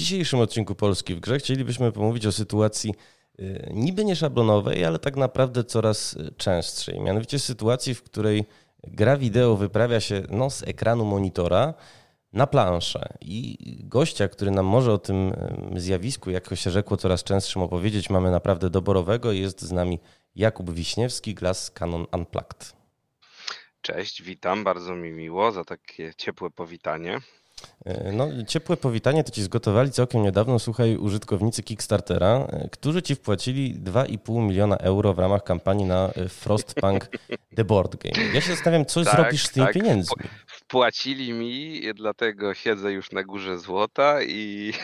dzisiejszym odcinku Polski w grze chcielibyśmy pomówić o sytuacji niby nieszablonowej, ale tak naprawdę coraz częstszej. Mianowicie sytuacji, w której gra wideo wyprawia się z ekranu monitora na planszę. I gościa, który nam może o tym zjawisku, jak się rzekło, coraz częstszym opowiedzieć, mamy naprawdę doborowego. Jest z nami Jakub Wiśniewski, Glass Cannon Unplugged. Cześć, witam, bardzo mi miło za takie ciepłe powitanie. Ciepłe powitanie to ci zgotowali całkiem niedawno, słuchaj, użytkownicy Kickstartera, którzy ci wpłacili 2,5 miliona euro w ramach kampanii na Frostpunk The Board Game. Ja się zastanawiam, co zrobisz z tymi pieniędzmi. Wpłacili mi, dlatego siedzę już na górze złota i...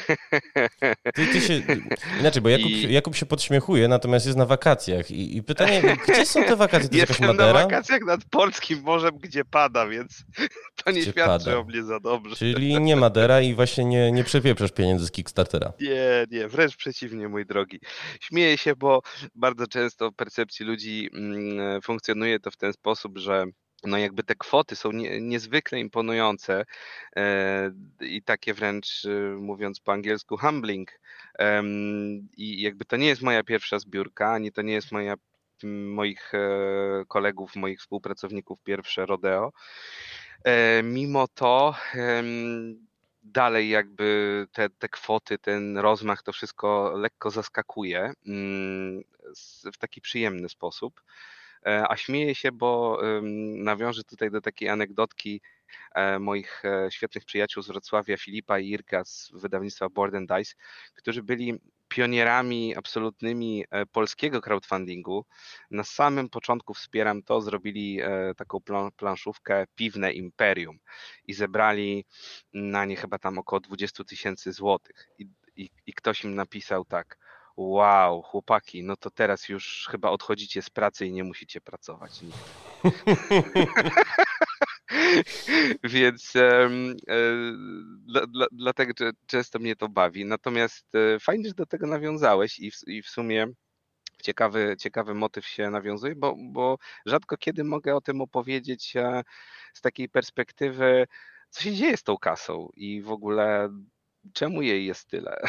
Inaczej, bo Jakub się podśmiechuje, natomiast jest na wakacjach. I pytanie, gdzie są te wakacje? To jest jakaś Madera? Jestem na wakacjach nad polskim morzem, gdzie pada, więc to nie świadczy o mnie za dobrze. Czyli nie Madera i właśnie nie przewieprzasz pieniędzy z Kickstartera. Nie, wręcz przeciwnie, mój drogi. Śmieję się, bo bardzo często w percepcji ludzi funkcjonuje to w ten sposób, że jakby te kwoty są niezwykle imponujące i takie wręcz, mówiąc po angielsku, humbling. I jakby to nie jest moja pierwsza zbiórka, ani to nie jest moich kolegów, moich współpracowników pierwsze rodeo. Mimo to dalej jakby te kwoty, ten rozmach, to wszystko lekko zaskakuje w taki przyjemny sposób. A śmieję się, bo nawiążę tutaj do takiej anegdotki moich świetnych przyjaciół z Wrocławia, Filipa i Irka z wydawnictwa Board & Dice, którzy byli pionierami absolutnymi polskiego crowdfundingu. Na samym początku wspieram to, zrobili taką planszówkę Piwne Imperium i zebrali na nie chyba tam około 20 000 złotych. I ktoś im napisał tak: wow, chłopaki, no to teraz już chyba odchodzicie z pracy i nie musicie pracować nigdy. Więc dlatego często mnie to bawi. Natomiast fajnie, że do tego nawiązałeś i w sumie ciekawy motyw się nawiązuje, bo rzadko kiedy mogę o tym opowiedzieć z takiej perspektywy, co się dzieje z tą kasą i w ogóle czemu jej jest tyle.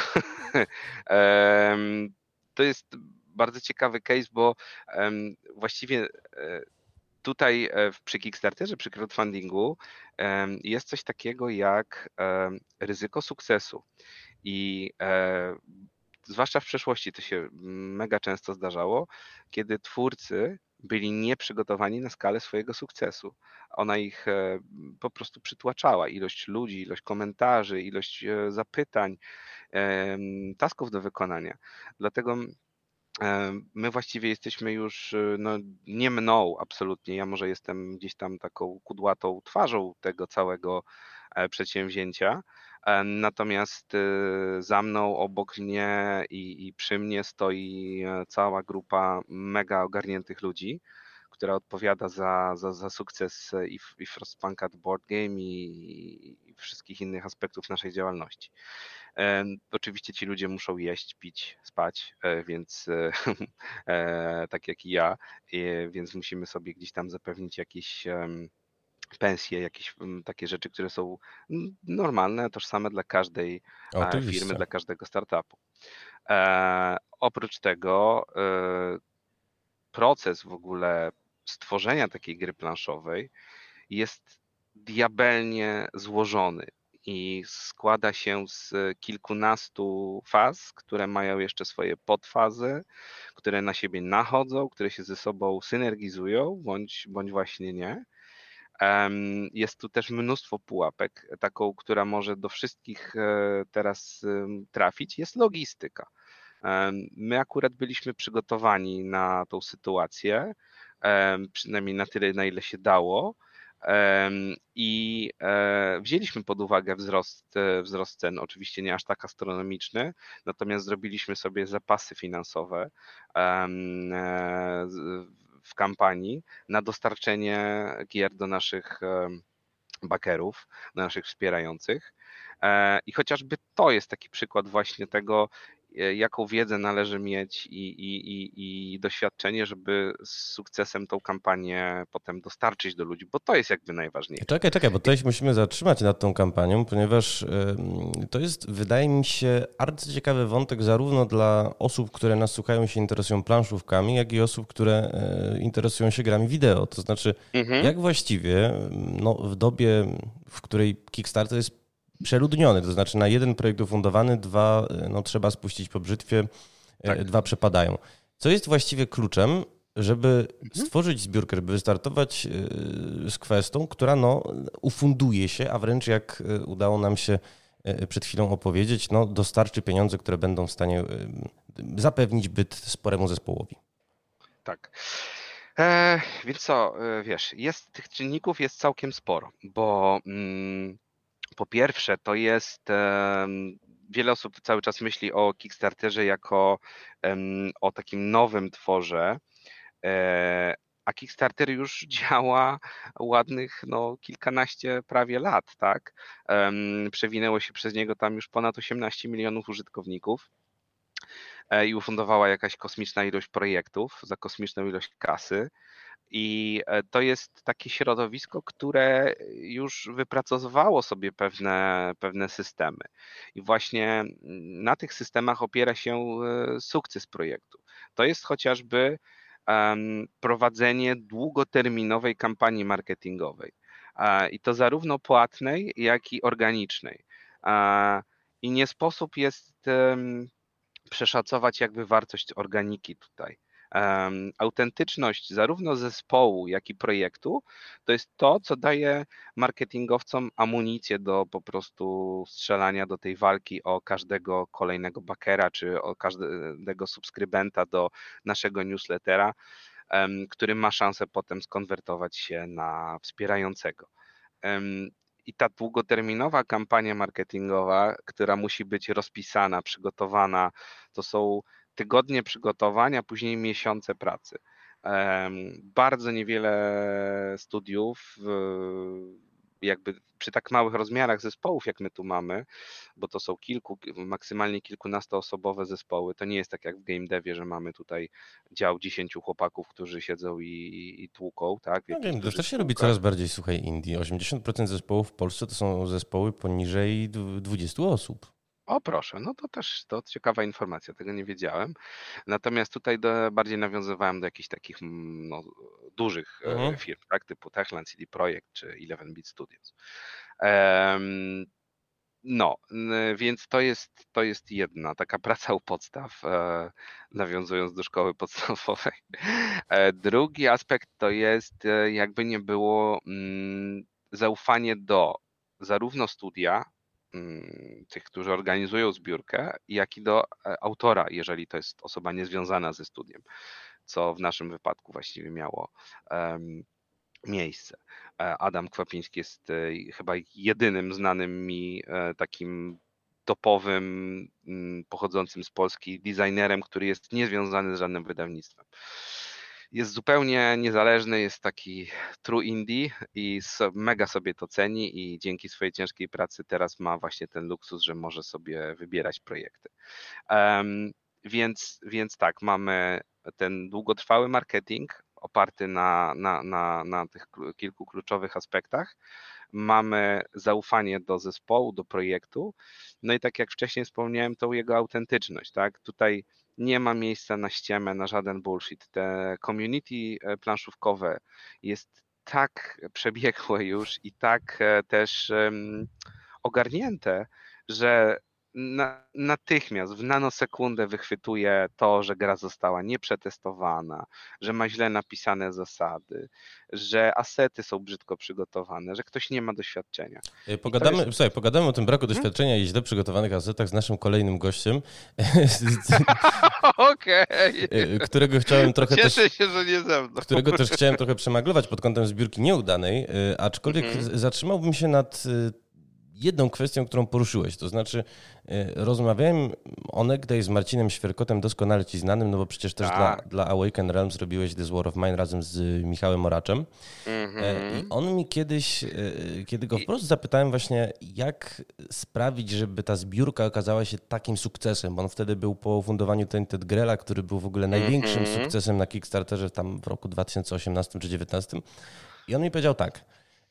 To jest bardzo ciekawy case, bo właściwie tutaj przy Kickstarterze, przy crowdfundingu jest coś takiego jak ryzyko sukcesu i zwłaszcza w przeszłości to się mega często zdarzało, kiedy twórcy byli nieprzygotowani na skalę swojego sukcesu. Ona ich po prostu przytłaczała. Ilość ludzi, ilość komentarzy, ilość zapytań, tasków do wykonania. Dlatego my właściwie jesteśmy już, nie mną absolutnie, ja może jestem gdzieś tam taką kudłatą twarzą tego całego przedsięwzięcia, natomiast za mną, obok mnie i przy mnie stoi cała grupa mega ogarniętych ludzi, która odpowiada za sukces i Frostpunka The Board Game i wszystkich innych aspektów naszej działalności. Oczywiście ci ludzie muszą jeść, pić, spać, więc tak jak i ja, więc musimy sobie gdzieś tam zapewnić jakieś pensje, jakieś takie rzeczy, które są normalne, tożsame dla każdej firmy, dla każdego startupu. Oprócz tego proces w ogóle stworzenia takiej gry planszowej jest diabelnie złożony i składa się z kilkunastu faz, które mają jeszcze swoje podfazy, które na siebie nachodzą, które się ze sobą synergizują, bądź właśnie nie. Jest tu też mnóstwo pułapek. Taką, która może do wszystkich teraz trafić, jest logistyka. My akurat byliśmy przygotowani na tą sytuację, przynajmniej na tyle, na ile się dało. I wzięliśmy pod uwagę wzrost cen, oczywiście nie aż tak astronomiczny, natomiast zrobiliśmy sobie zapasy finansowe w kampanii na dostarczenie gier do naszych backerów, do naszych wspierających. I chociażby to jest taki przykład właśnie tego, jaką wiedzę należy mieć i doświadczenie, żeby z sukcesem tą kampanię potem dostarczyć do ludzi, bo to jest jakby najważniejsze. Czekaj, bo tutaj się musimy zatrzymać nad tą kampanią, ponieważ to jest, wydaje mi się, arcyciekawy wątek zarówno dla osób, które nas słuchają i się interesują planszówkami, jak i osób, które interesują się grami wideo. To znaczy, jak właściwie w dobie, w której Kickstarter jest przeludniony, to znaczy na jeden projekt ufundowany, 2 trzeba spuścić po brzytwie, tak. 2 przepadają. Co jest właściwie kluczem, żeby stworzyć zbiórkę, żeby wystartować z kwestią, która ufunduje się, a wręcz jak udało nam się przed chwilą opowiedzieć, dostarczy pieniądze, które będą w stanie zapewnić byt sporemu zespołowi. Tak. Więc co, wiesz, tych czynników jest całkiem sporo, bo po pierwsze to jest, wiele osób cały czas myśli o Kickstarterze jako o takim nowym tworze, a Kickstarter już działa ładnych kilkanaście prawie lat, tak? Przewinęło się przez niego tam już ponad 18 milionów użytkowników i ufundowała jakaś kosmiczna ilość projektów za kosmiczną ilość kasy. I to jest takie środowisko, które już wypracowało sobie pewne systemy. I właśnie na tych systemach opiera się sukces projektu. To jest chociażby prowadzenie długoterminowej kampanii marketingowej. I to zarówno płatnej, jak i organicznej. I nie sposób jest przeszacować jakby wartość organiki tutaj. Autentyczność zarówno zespołu, jak i projektu to jest to, co daje marketingowcom amunicję do po prostu strzelania do tej walki o każdego kolejnego backera, czy o każdego subskrybenta do naszego newslettera, który ma szansę potem skonwertować się na wspierającego. I ta długoterminowa kampania marketingowa, która musi być rozpisana, przygotowana, to są tygodnie przygotowania, później miesiące pracy. Bardzo niewiele studiów, jakby przy tak małych rozmiarach zespołów, jak my tu mamy, bo to są maksymalnie kilkunastoosobowe zespoły, to nie jest tak jak w game devie, że mamy tutaj dział 10 chłopaków, którzy siedzą i tłuką. Tak? Game dev też się robi coraz bardziej, słuchaj, indie. 80% zespołów w Polsce to są zespoły poniżej 20 osób. O proszę, to ciekawa informacja, tego nie wiedziałem. Natomiast tutaj bardziej nawiązywałem do jakichś takich dużych firm, tak, typu Techland, CD Projekt czy 11-bit Studios. Więc to jest jedna taka praca u podstaw, nawiązując do szkoły podstawowej. Drugi aspekt to jest, jakby nie było, zaufanie do zarówno studia, tych, którzy organizują zbiórkę, jak i do autora, jeżeli to jest osoba niezwiązana ze studiem, co w naszym wypadku właściwie miało miejsce. Adam Kwapiński jest chyba jedynym znanym mi takim topowym, pochodzącym z Polski designerem, który jest niezwiązany z żadnym wydawnictwem. Jest zupełnie niezależny, jest taki true indie i mega sobie to ceni i dzięki swojej ciężkiej pracy teraz ma właśnie ten luksus, że może sobie wybierać projekty. Więc tak, mamy ten długotrwały marketing oparty na tych kilku kluczowych aspektach. Mamy zaufanie do zespołu, do projektu. No i tak jak wcześniej wspomniałem, tą jego autentyczność. Tak? Tutaj nie ma miejsca na ściemę, na żaden bullshit. Te community planszówkowe jest tak przebiegłe już i tak też ogarnięte, że natychmiast w nanosekundę wychwytuje to, że gra została nieprzetestowana, że ma źle napisane zasady, że asety są brzydko przygotowane, że ktoś nie ma doświadczenia. Pogadamy o tym braku doświadczenia i źle przygotowanych asetach z naszym kolejnym gościem. Którego chciałem trochę Cieszę się, że nie ze mną. Którego też chciałem trochę przemaglować pod kątem zbiórki nieudanej, aczkolwiek zatrzymałbym się nad jedną kwestią, którą poruszyłeś, to znaczy rozmawiałem onegdaj z Marcinem Świerkotem, doskonale ci znanym, no bo przecież też dla Awaken Realms robiłeś This War of Mine razem z Michałem Moraczem. I on mi kiedyś, kiedy go wprost zapytałem właśnie, jak sprawić, żeby ta zbiórka okazała się takim sukcesem, bo on wtedy był po fundowaniu Tainted Graila, który był w ogóle największym sukcesem na Kickstarterze tam w roku 2018 czy 2019. I on mi powiedział tak,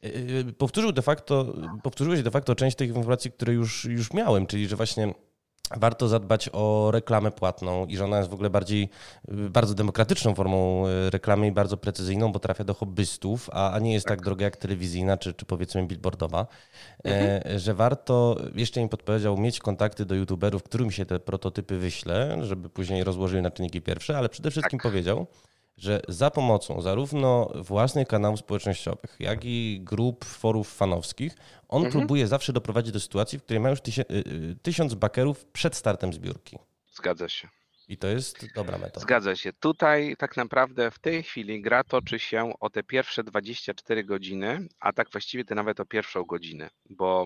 powtórzyłeś de facto część tych informacji, które już miałem, czyli że właśnie warto zadbać o reklamę płatną i że ona jest w ogóle bardzo demokratyczną formą reklamy i bardzo precyzyjną, bo trafia do hobbystów, a nie jest tak droga jak telewizyjna czy powiedzmy billboardowa, że warto, jeszcze mi podpowiedział, mieć kontakty do youtuberów, którym się te prototypy wyśle, żeby później rozłożyli na czynniki pierwsze, ale przede wszystkim powiedział, że za pomocą zarówno własnych kanałów społecznościowych, jak i grup, forów fanowskich, on próbuje zawsze doprowadzić do sytuacji, w której ma już 1000 bakerów przed startem zbiórki. Zgadza się. I to jest dobra metoda. Zgadza się. Tutaj tak naprawdę w tej chwili gra toczy się o te pierwsze 24 godziny, a tak właściwie to nawet o pierwszą godzinę, bo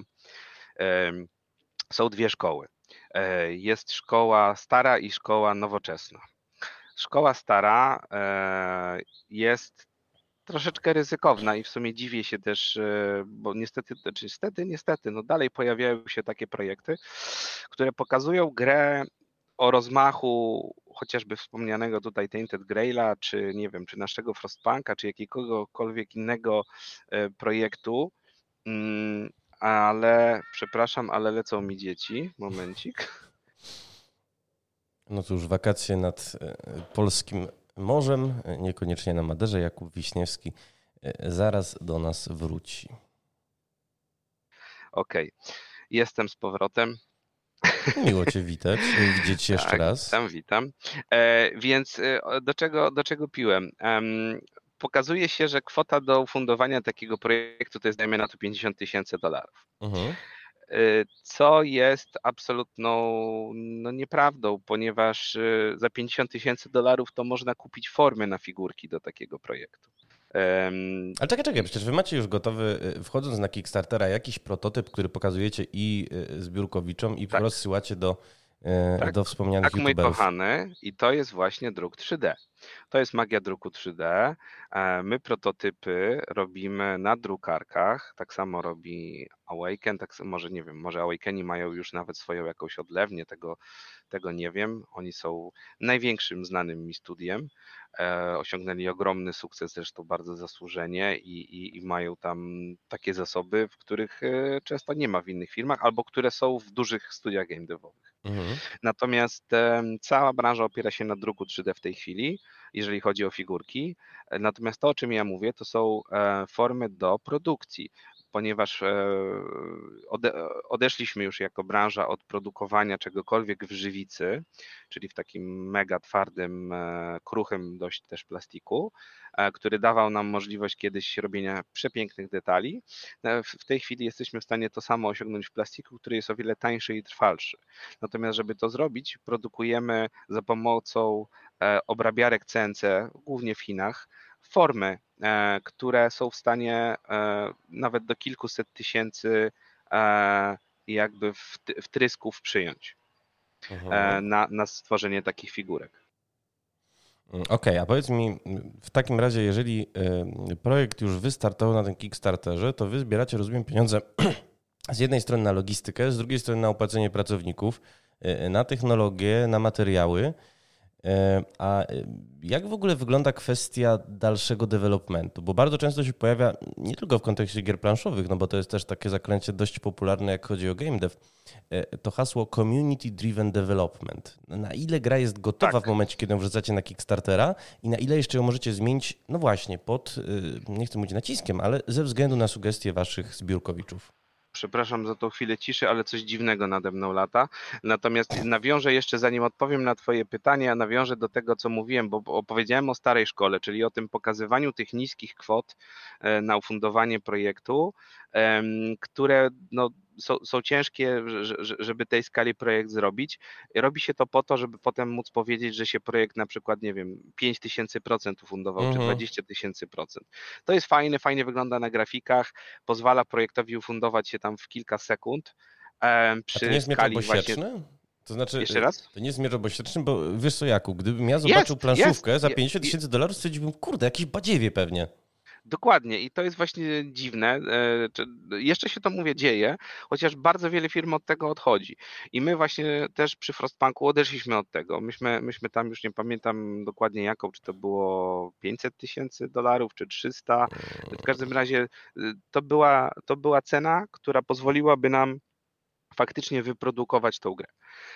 są dwie szkoły. Jest szkoła stara i szkoła nowoczesna. Szkoła stara jest troszeczkę ryzykowna i w sumie dziwię się też, bo niestety, no dalej pojawiają się takie projekty, które pokazują grę o rozmachu chociażby wspomnianego tutaj Tainted Graila, czy nie wiem, czy naszego Frostpunka, czy jakiegokolwiek innego projektu, ale przepraszam, ale lecą mi dzieci, momencik. No cóż, wakacje nad polskim morzem, niekoniecznie na Maderze. Jakub Wiśniewski zaraz do nas wróci. Okej, jestem z powrotem. Miło Cię widzieć jeszcze raz. Witam. Więc do czego piłem? Pokazuje się, że kwota do ufundowania takiego projektu to jest, dajmy na to, $50,000. Co jest absolutną nieprawdą, ponieważ za $50,000 to można kupić formy na figurki do takiego projektu. Ale czekaj, przecież wy macie już gotowy, wchodząc na Kickstartera, jakiś prototyp, który pokazujecie i zbiórkowiczom i rozsyłacie do wspomnianych youtuberów. Tak, mój kochany, i to jest właśnie druk 3D. To jest magia druku 3D. My prototypy robimy na drukarkach, tak samo robi Awaken, może Awakeni mają już nawet swoją jakąś odlewnię, tego nie wiem. Oni są największym znanym mi studiem. Osiągnęli ogromny sukces, zresztą bardzo zasłużenie i mają tam takie zasoby, w których często nie ma w innych firmach, albo które są w dużych studiach game devowych. Natomiast cała branża opiera się na druku 3D w tej chwili, jeżeli chodzi o figurki. Natomiast to, o czym ja mówię, to są formy do produkcji, ponieważ odeszliśmy już jako branża od produkowania czegokolwiek w żywicy, czyli w takim mega twardym, kruchym dość też plastiku, który dawał nam możliwość kiedyś robienia przepięknych detali. W tej chwili jesteśmy w stanie to samo osiągnąć w plastiku, który jest o wiele tańszy i trwalszy. Natomiast żeby to zrobić, produkujemy za pomocą obrabiarek CNC, głównie w Chinach, formy, które są w stanie nawet do kilkuset tysięcy jakby wtrysków przyjąć na stworzenie takich figurek. Okej, a powiedz mi, w takim razie, jeżeli projekt już wystartował na tym Kickstarterze, to wy zbieracie, rozumiem, pieniądze z jednej strony na logistykę, z drugiej strony na opłacenie pracowników, na technologię, na materiały. A jak w ogóle wygląda kwestia dalszego developmentu? Bo bardzo często się pojawia, nie tylko w kontekście gier planszowych, no bo to jest też takie zaklęcie dość popularne, jak chodzi o game dev, to hasło community driven development. Na ile gra jest gotowa w momencie, kiedy ją wrzucacie na Kickstartera i na ile jeszcze ją możecie zmienić, no właśnie, pod, nie chcę mówić naciskiem, ale ze względu na sugestie waszych zbiórkowiczów? Przepraszam za tą chwilę ciszy, ale coś dziwnego nade mną lata. Natomiast nawiążę jeszcze, zanim odpowiem na twoje pytanie, nawiążę do tego, co mówiłem, bo opowiedziałem o starej szkole, czyli o tym pokazywaniu tych niskich kwot na ufundowanie projektu które no, są ciężkie, żeby tej skali projekt zrobić. Robi się to po to, żeby potem móc powiedzieć, że się projekt na przykład, nie wiem, 5000% ufundował, czy 20 000%. To jest fajne, fajnie wygląda na grafikach, pozwala projektowi ufundować się tam w kilka sekund. A to nie jest miecz obosieczny? To znaczy, jeszcze raz? To nie jest miecz obosieczny, bo wiesz co, Jakub, gdybym ja zobaczył planszówkę za $50,000, stwierdziłbym, kurde, jakieś badziewie pewnie. Dokładnie i to jest właśnie dziwne. Jeszcze się to, mówię, dzieje, chociaż bardzo wiele firm od tego odchodzi. I my właśnie też przy Frostpunku odeszliśmy od tego. Myśmy tam, już nie pamiętam dokładnie jaką, czy to było $500,000 czy 300. W każdym razie to była cena, która pozwoliłaby nam faktycznie wyprodukować tą grę.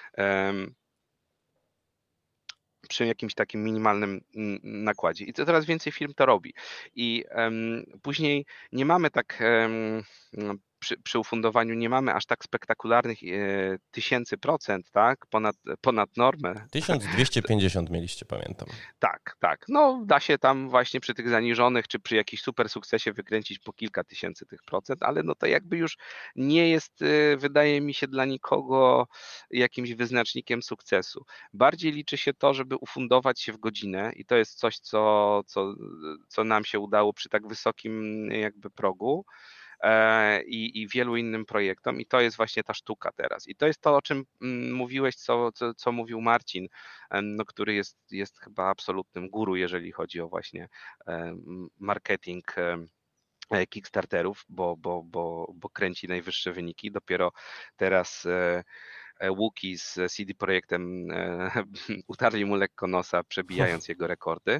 Przy jakimś takim minimalnym nakładzie. I coraz więcej firm to robi. I później nie mamy tak, przy ufundowaniu nie mamy aż tak spektakularnych 1000%, tak? Ponad normę. 1250 mieliście, pamiętam. Tak. No da się tam właśnie przy tych zaniżonych, czy przy jakimś super sukcesie wykręcić po kilka tysięcy tych procent, ale no to jakby już nie jest, wydaje mi się, dla nikogo jakimś wyznacznikiem sukcesu. Bardziej liczy się to, żeby ufundować się w godzinę i to jest coś, co nam się udało przy tak wysokim jakby progu. I wielu innym projektom i to jest właśnie ta sztuka teraz. I to jest to, o czym mówiłeś, co mówił Marcin, no, który jest chyba absolutnym guru, jeżeli chodzi o właśnie marketing Kickstarterów, bo kręci najwyższe wyniki. Dopiero teraz Łuki z CD Projektem utarli mu lekko nosa, przebijając jego rekordy.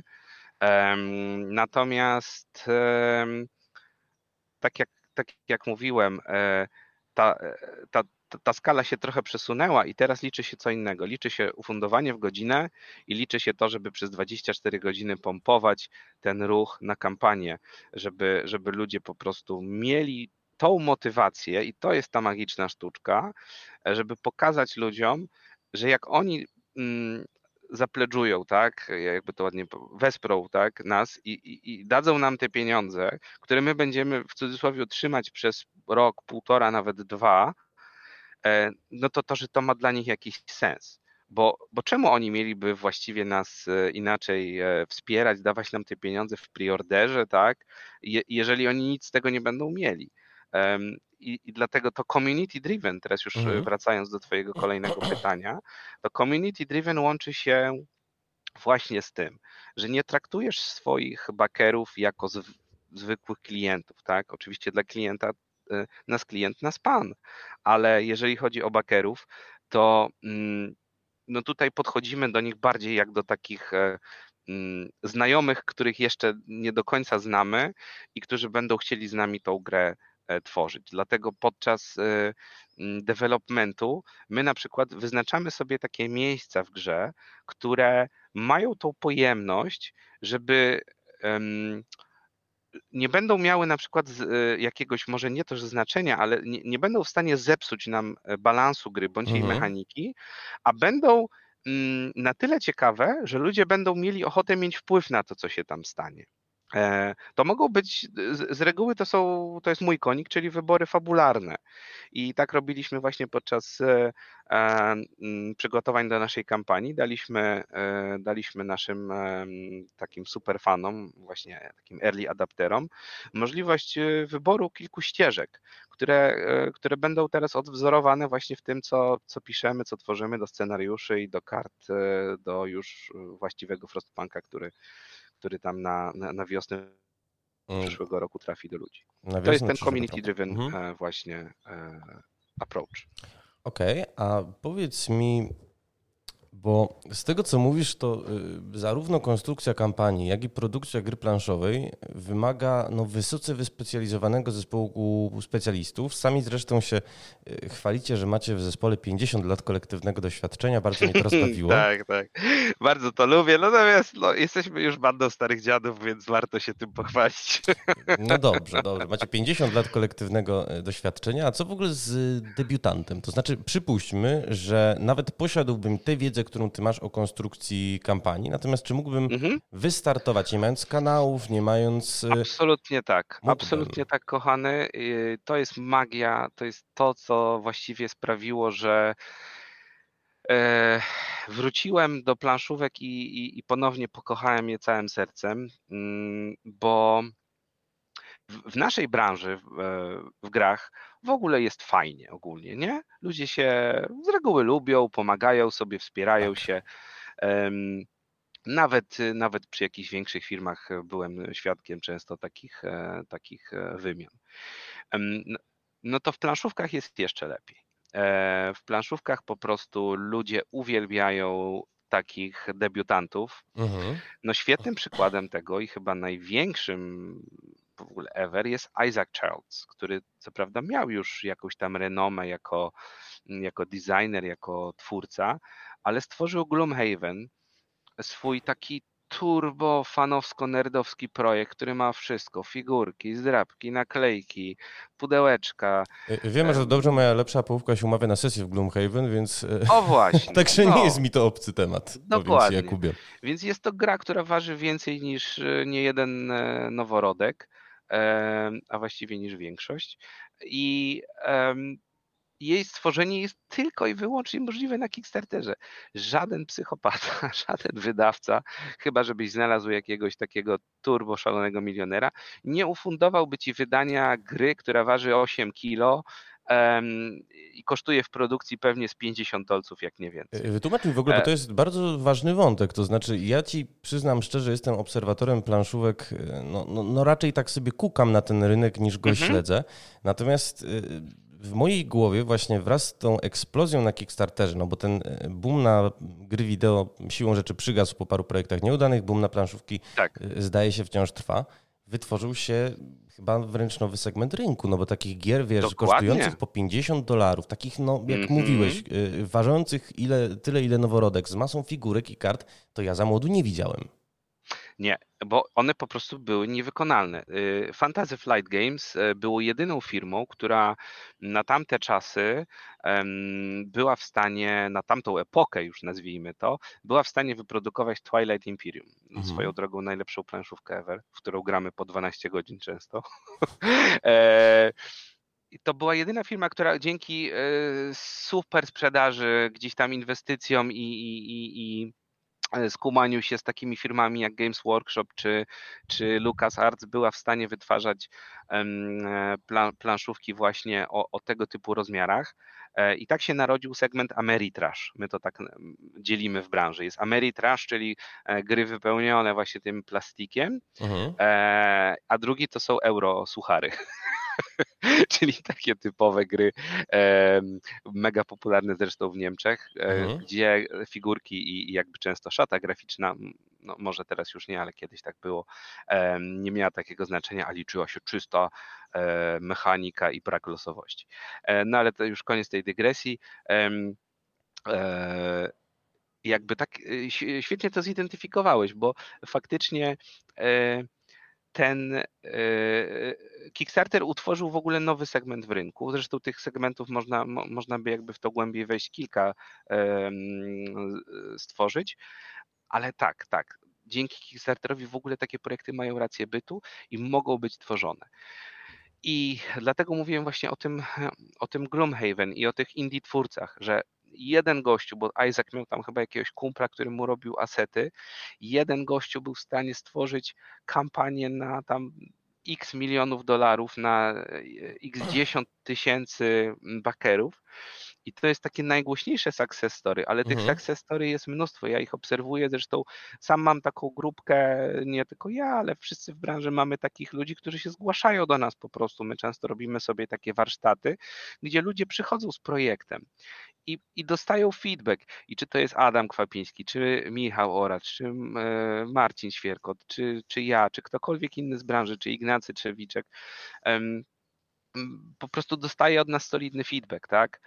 Natomiast tak jak mówiłem, ta skala się trochę przesunęła i teraz liczy się co innego. Liczy się ufundowanie w godzinę i liczy się to, żeby przez 24 godziny pompować ten ruch na kampanię, żeby ludzie po prostu mieli tą motywację i to jest ta magiczna sztuczka, żeby pokazać ludziom, że jak oni zapledżują, tak, jakby to ładnie wesprą, tak, nas i dadzą nam te pieniądze, które my będziemy w cudzysłowie trzymać przez rok, półtora, nawet 2, no że to ma dla nich jakiś sens. Bo czemu oni mieliby właściwie nas inaczej wspierać, dawać nam te pieniądze w preorderze, tak, jeżeli oni nic z tego nie będą mieli. I dlatego to community driven, teraz już wracając do twojego kolejnego pytania, to community driven łączy się właśnie z tym, że nie traktujesz swoich backerów jako zwykłych klientów, tak? Oczywiście dla klienta nas klient, nas pan, ale jeżeli chodzi o backerów, to no tutaj podchodzimy do nich bardziej jak do takich znajomych, których jeszcze nie do końca znamy i którzy będą chcieli z nami tą grę tworzyć. Dlatego podczas developmentu my na przykład wyznaczamy sobie takie miejsca w grze, które mają tą pojemność, żeby nie będą miały na przykład jakiegoś, może nie to, że znaczenia, ale nie będą w stanie zepsuć nam balansu gry bądź jej mechaniki, a będą na tyle ciekawe, że ludzie będą mieli ochotę mieć wpływ na to, co się tam stanie. To mogą być, z reguły to jest mój konik, czyli wybory fabularne. I tak robiliśmy właśnie podczas przygotowań do naszej kampanii. Daliśmy naszym takim superfanom, właśnie takim early adapterom, możliwość wyboru kilku ścieżek, które będą teraz odwzorowane właśnie w tym, co piszemy, co tworzymy do scenariuszy i do kart, do już właściwego Frostpunka, który tam na wiosnę przyszłego roku trafi do ludzi. To jest ten community-driven właśnie approach. Okej, a powiedz mi, bo z tego co mówisz, to zarówno konstrukcja kampanii, jak i produkcja gry planszowej wymaga wysoce wyspecjalizowanego zespołu specjalistów. Sami zresztą się chwalicie, że macie w zespole 50 lat kolektywnego doświadczenia. Bardzo mnie to rozbawiło. Tak. Bardzo to lubię. Natomiast jesteśmy już bandą starych dziadów, więc warto się tym pochwalić. No dobrze. Macie 50 lat kolektywnego doświadczenia. A co w ogóle z debiutantem? To znaczy przypuśćmy, że nawet posiadłbym tę wiedzę, którą ty masz o konstrukcji kampanii. Natomiast czy mógłbym Mhm. wystartować, nie mając kanałów, nie mając... Absolutnie tak, Mógłbym. absolutnie tak, kochany. To jest magia, to jest to, co właściwie sprawiło, że wróciłem do planszówek i ponownie pokochałem je całym sercem, bo w naszej branży, w grach, w ogóle jest fajnie ogólnie, nie? Ludzie się z reguły lubią, pomagają sobie, wspierają Tak. się. Nawet przy jakichś większych firmach byłem świadkiem często takich wymian. No to w planszówkach jest jeszcze lepiej. W planszówkach po prostu ludzie uwielbiają takich debiutantów. Mhm. No świetnym przykładem tego i chyba największym w ogóle ever jest Isaac Childs, który co prawda miał już jakąś tam renomę jako designer, jako twórca, ale stworzył Gloomhaven, swój taki turbo fanowsko-nerdowski projekt, który ma wszystko, figurki, zdrabki, naklejki, pudełeczka. Wiemy, że dobrze moja lepsza połówka się umawia na sesję w Gloomhaven, więc O właśnie, także nie jest no, mi to obcy temat, powiem ci, dokładnie. Jakubie. Więc jest to gra, która waży więcej niż niejeden noworodek, a właściwie niż większość. I jej stworzenie jest tylko i wyłącznie możliwe na Kickstarterze. Żaden psychopata, żaden wydawca, chyba żebyś znalazł jakiegoś takiego turbo szalonego milionera, nie ufundowałby ci wydania gry, która waży 8 kilo i kosztuje w produkcji pewnie z $50, jak nie więcej. Wytłumacz mi w ogóle, bo to jest bardzo ważny wątek, to znaczy ja ci przyznam szczerze, jestem obserwatorem planszówek, no raczej tak sobie kukam na ten rynek niż go śledzę, natomiast w mojej głowie właśnie wraz z tą eksplozją na Kickstarterze, no bo ten boom na gry wideo siłą rzeczy przygasł po paru projektach nieudanych, boom na planszówki Tak. Zdaje się wciąż trwa, wytworzył się chyba wręcz nowy segment rynku, no bo takich gier, wiesz, Dokładnie. kosztujących po $50, takich, no jak mówiłeś, ważących tyle, ile noworodek, z masą figurek i kart, to ja za młodu nie widziałem. Nie, bo one po prostu były niewykonalne. Fantasy Flight Games było jedyną firmą, która na tamte czasy była w stanie, na tamtą epokę już nazwijmy to, była w stanie wyprodukować Twilight Imperium. Swoją drogą najlepszą planszówkę ever, w którą gramy po 12 godzin często. I to była jedyna firma, która dzięki super sprzedaży, gdzieś tam inwestycjom i skumaniu się z takimi firmami jak Games Workshop czy LucasArts była w stanie wytwarzać planszówki właśnie o tego typu rozmiarach. I tak się narodził segment Ameritrash. My to tak dzielimy w branży. Jest Ameritrash, czyli gry wypełnione właśnie tym plastikiem, a drugi to są eurosuchary. Czyli takie typowe gry, mega popularne zresztą w Niemczech, gdzie figurki i jakby często szata graficzna, no może teraz już nie, ale kiedyś tak było, nie miała takiego znaczenia, a liczyła się czysta mechanika i brak losowości. No ale to już koniec tej dygresji. Jakby tak świetnie to zidentyfikowałeś, bo faktycznie ten Kickstarter utworzył w ogóle nowy segment w rynku. Zresztą tych segmentów można by jakby w to głębiej wejść kilka stworzyć, ale tak. Dzięki Kickstarterowi w ogóle takie projekty mają rację bytu i mogą być tworzone. I dlatego mówiłem właśnie o tym Gloomhaven i o tych indie twórcach, że jeden gościu, bo Isaac miał tam chyba jakiegoś kumpla, który mu robił asety, jeden gościu był w stanie stworzyć kampanię na tam x milionów dolarów, na x 10 tysięcy backerów. I to jest takie najgłośniejsze success story, ale tych success story jest mnóstwo. Ja ich obserwuję, zresztą sam mam taką grupkę, nie tylko ja, ale wszyscy w branży mamy takich ludzi, którzy się zgłaszają do nas po prostu. My często robimy sobie takie warsztaty, gdzie ludzie przychodzą z projektem i dostają feedback. I czy to jest Adam Kwapiński, czy Michał Oracz, czy Marcin Świerkot, czy ja, czy ktokolwiek inny z branży, czy Ignacy Trzewiczek, po prostu dostaje od nas solidny feedback, tak?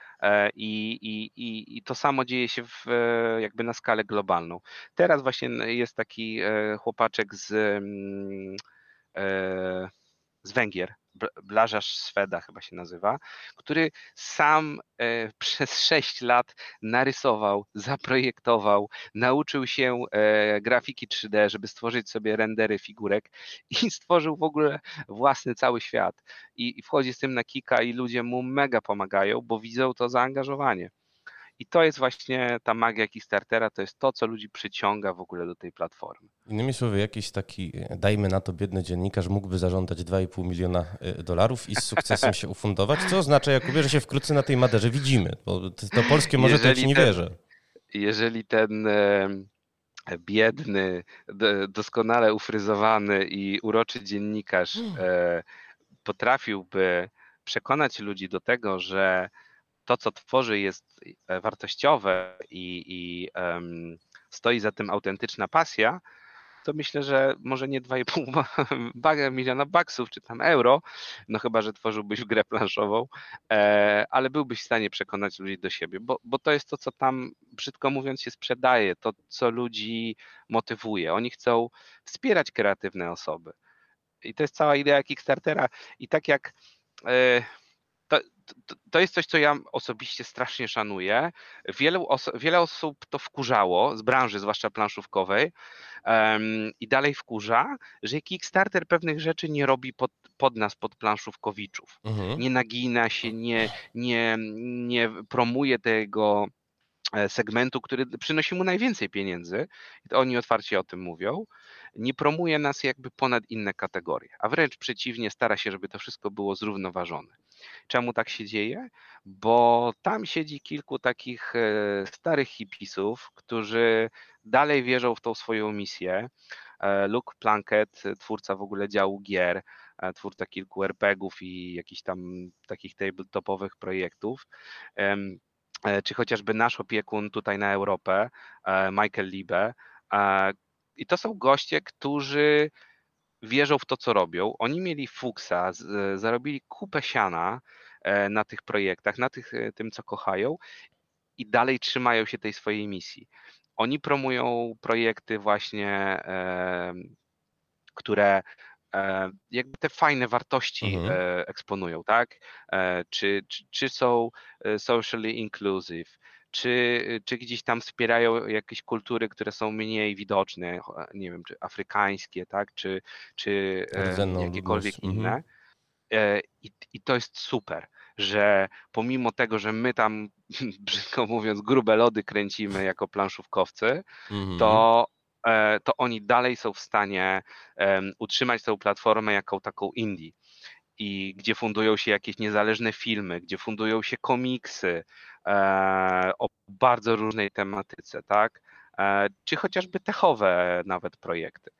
I to samo dzieje się jakby na skalę globalną. Teraz właśnie jest taki chłopaczek z Węgier, Blażarz Sweda chyba się nazywa, który sam przez 6 lat narysował, zaprojektował, nauczył się grafiki 3D, żeby stworzyć sobie rendery figurek i stworzył w ogóle własny cały świat. I wchodzi z tym na Kika i ludzie mu mega pomagają, bo widzą to zaangażowanie. I to jest właśnie ta magia Kickstartera, to jest to, co ludzi przyciąga w ogóle do tej platformy. Innymi słowy, jakiś taki, dajmy na to, biedny dziennikarz mógłby zażądać $2,5 miliona i z sukcesem się ufundować, co oznacza, Jakubie, że się wkrótce na tej Maderze widzimy, bo to polskie może to ja ci nie wierzę. Jeżeli ten biedny, doskonale ufryzowany i uroczy dziennikarz potrafiłby przekonać ludzi do tego, że to, co tworzy, jest wartościowe i stoi za tym autentyczna pasja, to myślę, że może nie 2,5 miliona baksów czy tam euro, no chyba, że tworzyłbyś grę planszową, ale byłbyś w stanie przekonać ludzi do siebie, bo to jest to, co tam, brzydko mówiąc, się sprzedaje, to, co ludzi motywuje. Oni chcą wspierać kreatywne osoby. I to jest cała idea Kickstartera. I tak jak to jest coś, co ja osobiście strasznie szanuję. Wiele osób to wkurzało z branży, zwłaszcza planszówkowej, i dalej wkurza, że Kickstarter pewnych rzeczy nie robi pod nas, pod planszówkowiczów. Nie nagina się, nie promuje tego segmentu, który przynosi mu najwięcej pieniędzy. Oni otwarcie o tym mówią. Nie promuje nas jakby ponad inne kategorie, a wręcz przeciwnie, stara się, żeby to wszystko było zrównoważone. Czemu tak się dzieje? Bo tam siedzi kilku takich starych hipisów, którzy dalej wierzą w tą swoją misję. Luke Plunkett, twórca w ogóle działu gier, twórca kilku RPGów i jakichś tam takich tabletopowych projektów, czy chociażby nasz opiekun tutaj na Europę, Michael Liebe. I to są goście, którzy wierzą w to, co robią. Oni mieli fuksa, zarobili kupę siana na tych projektach, na tym, co kochają i dalej trzymają się tej swojej misji. Oni promują projekty właśnie, które jakby te fajne wartości eksponują, tak? Czy są socially inclusive, czy gdzieś tam wspierają jakieś kultury, które są mniej widoczne, nie wiem, czy afrykańskie, tak? Czy jakiekolwiek inne. I to jest super, że pomimo tego, że my tam, brzydko mówiąc, grube lody kręcimy jako planszówkowcy, to oni dalej są w stanie utrzymać tę platformę jako taką indie. I gdzie fundują się jakieś niezależne filmy, gdzie fundują się komiksy o bardzo różnej tematyce, tak? Czy chociażby techowe nawet projekty.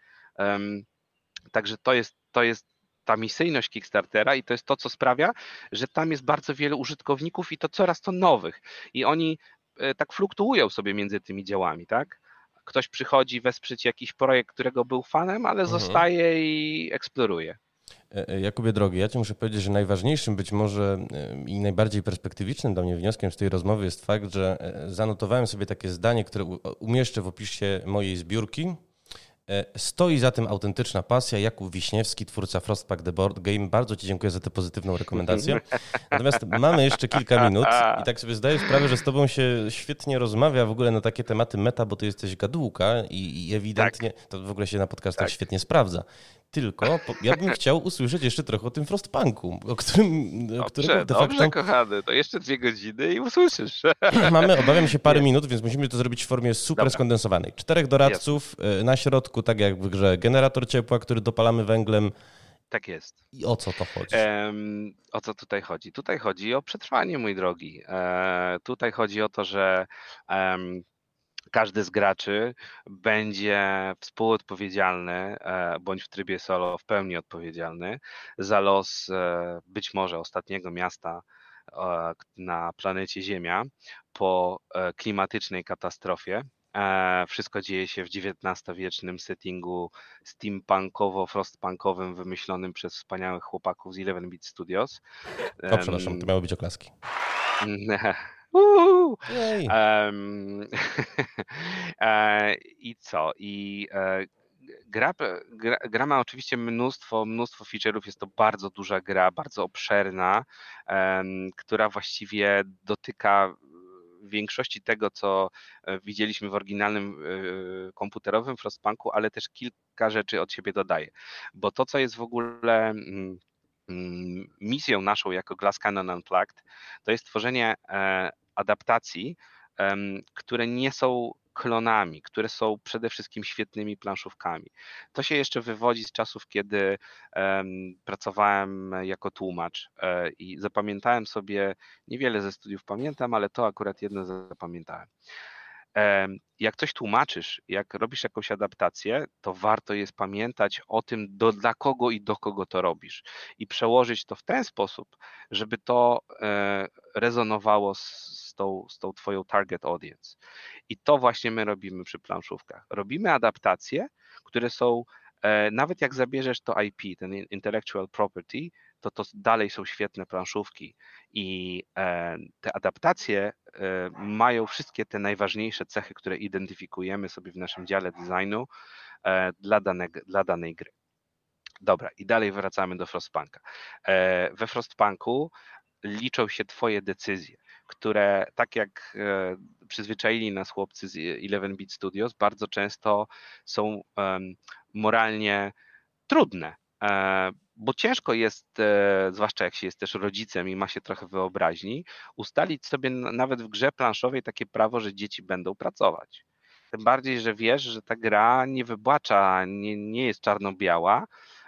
Także to jest ta misyjność Kickstartera i to jest to, co sprawia, że tam jest bardzo wielu użytkowników i to coraz to nowych. I oni tak fluktuują sobie między tymi działami, tak? Ktoś przychodzi wesprzeć jakiś projekt, którego był fanem, ale zostaje i eksploruje. Jakubie drogi, ja ci muszę powiedzieć, że najważniejszym być może i najbardziej perspektywicznym dla mnie wnioskiem z tej rozmowy jest fakt, że zanotowałem sobie takie zdanie, które umieszczę w opisie mojej zbiórki. Stoi za tym autentyczna pasja. Jakub Wiśniewski, twórca Frostpunk The Board Game. Bardzo ci dziękuję za tę pozytywną rekomendację. Natomiast mamy jeszcze kilka minut i tak sobie zdaję sprawę, że z tobą się świetnie rozmawia w ogóle na takie tematy meta, bo ty jesteś gadułka i ewidentnie to w ogóle się na podcastach świetnie sprawdza. Tylko ja bym chciał usłyszeć jeszcze trochę o tym Frostpunku, którego de facto... Dobrze, kochany, to jeszcze 2 godziny i usłyszysz. Mamy, obawiam się, parę minut, więc musimy to zrobić w formie super skondensowanej. 4 doradców, na środku, tak jak w grze, generator ciepła, który dopalamy węglem. Tak jest. I o co to chodzi? O co tutaj chodzi? Tutaj chodzi o przetrwanie, mój drogi. Tutaj chodzi o to, że każdy z graczy będzie współodpowiedzialny, bądź w trybie solo w pełni odpowiedzialny za los być może ostatniego miasta na planecie Ziemia po klimatycznej katastrofie. Wszystko dzieje się w XIX-wiecznym settingu steampunkowo-frostpunkowym wymyślonym przez wspaniałych chłopaków z 11-Bit Studios. O, przepraszam, to miały być oklaski. I co? I gra ma oczywiście mnóstwo feature'ów, jest to bardzo duża gra, bardzo obszerna, która właściwie dotyka większości tego, co widzieliśmy w oryginalnym komputerowym Frostpunku, ale też kilka rzeczy od siebie dodaje. Bo to, co jest w ogóle misją naszą jako Glass Cannon Unplugged, to jest tworzenie adaptacji, które nie są klonami, które są przede wszystkim świetnymi planszówkami. To się jeszcze wywodzi z czasów, kiedy pracowałem jako tłumacz i zapamiętałem sobie, niewiele ze studiów pamiętam, ale to akurat jedno zapamiętałem. Jak coś tłumaczysz, jak robisz jakąś adaptację, to warto jest pamiętać o tym, dla kogo i do kogo to robisz i przełożyć to w ten sposób, żeby to rezonowało z tą twoją target audience. I to właśnie my robimy przy planszówkach. Robimy adaptacje, które są, nawet jak zabierzesz to IP, ten intellectual property, to dalej są świetne planszówki i te adaptacje mają wszystkie te najważniejsze cechy, które identyfikujemy sobie w naszym dziale designu dla danej gry. Dobra, i dalej wracamy do Frostpunka. We Frostpunku liczą się twoje decyzje, które tak jak przyzwyczaili nas chłopcy z 11-bit Studios, bardzo często są moralnie trudne, bo ciężko jest, zwłaszcza jak się jest też rodzicem i ma się trochę wyobraźni, ustalić sobie nawet w grze planszowej takie prawo, że dzieci będą pracować. Tym bardziej, że wiesz, że ta gra nie wybłacza, nie jest czarno-biała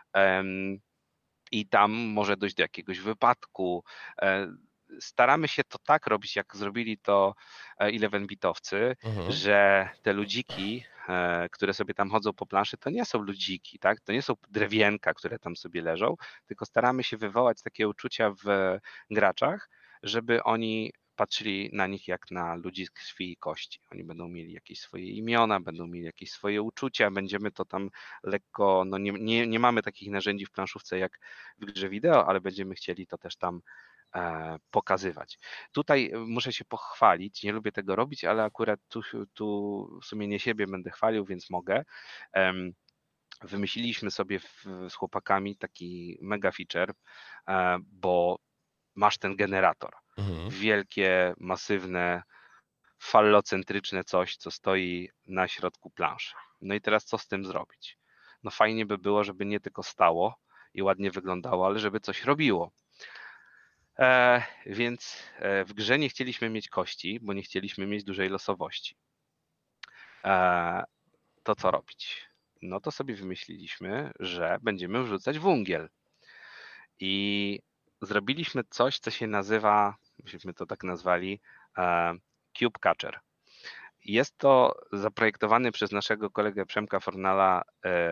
i tam może dojść do jakiegoś wypadku. Staramy się to tak robić, jak zrobili to 11-bitowcy, że te ludziki, które sobie tam chodzą po planszy, to nie są ludziki, tak? To nie są drewienka, które tam sobie leżą, tylko staramy się wywołać takie uczucia w graczach, żeby oni patrzyli na nich jak na ludzi z krwi i kości. Oni będą mieli jakieś swoje imiona, będą mieli jakieś swoje uczucia, będziemy to tam lekko, no nie mamy takich narzędzi w planszówce jak w grze wideo, ale będziemy chcieli to też tam pokazywać. Tutaj muszę się pochwalić, nie lubię tego robić, ale akurat tu w sumie nie siebie będę chwalił, więc mogę. Wymyśliliśmy sobie z chłopakami taki mega feature, bo masz ten generator. Wielkie, masywne, fallocentryczne coś, co stoi na środku planszy. No i teraz co z tym zrobić? No fajnie by było, żeby nie tylko stało i ładnie wyglądało, ale żeby coś robiło. Więc w grze nie chcieliśmy mieć kości, bo nie chcieliśmy mieć dużej losowości. To co robić? No to sobie wymyśliliśmy, że będziemy wrzucać węgiel. I zrobiliśmy coś, co się nazywa, myśmy to tak nazwali, Cube Catcher. Jest to zaprojektowany przez naszego kolegę Przemka Fornala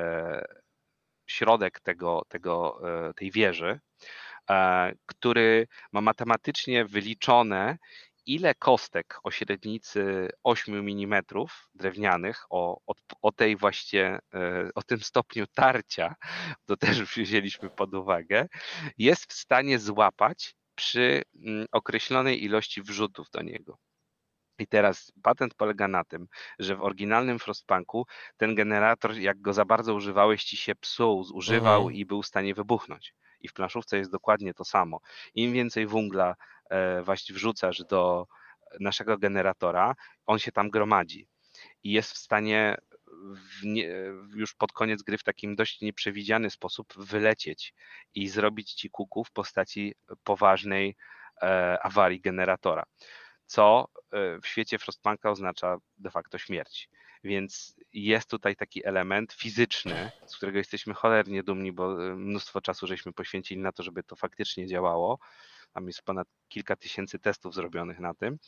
środek tej wieży, który ma matematycznie wyliczone, ile kostek o średnicy 8 mm drewnianych, o tej właśnie, o tym stopniu tarcia, to też wzięliśmy pod uwagę, jest w stanie złapać przy określonej ilości wrzutów do niego. I teraz patent polega na tym, że w oryginalnym Frostpunku ten generator, jak go za bardzo używałeś, ci się psuł, zużywał i był w stanie wybuchnąć. I w planszówce jest dokładnie to samo. Im więcej węgla właśnie wrzucasz do naszego generatora, on się tam gromadzi i jest w stanie już pod koniec gry w takim dość nieprzewidziany sposób wylecieć i zrobić ci kuku w postaci poważnej awarii generatora, co w świecie Frostpunka oznacza de facto śmierć. Więc jest tutaj taki element fizyczny, z którego jesteśmy cholernie dumni, bo mnóstwo czasu żeśmy poświęcili na to, żeby to faktycznie działało. Tam jest ponad kilka tysięcy testów zrobionych na tym.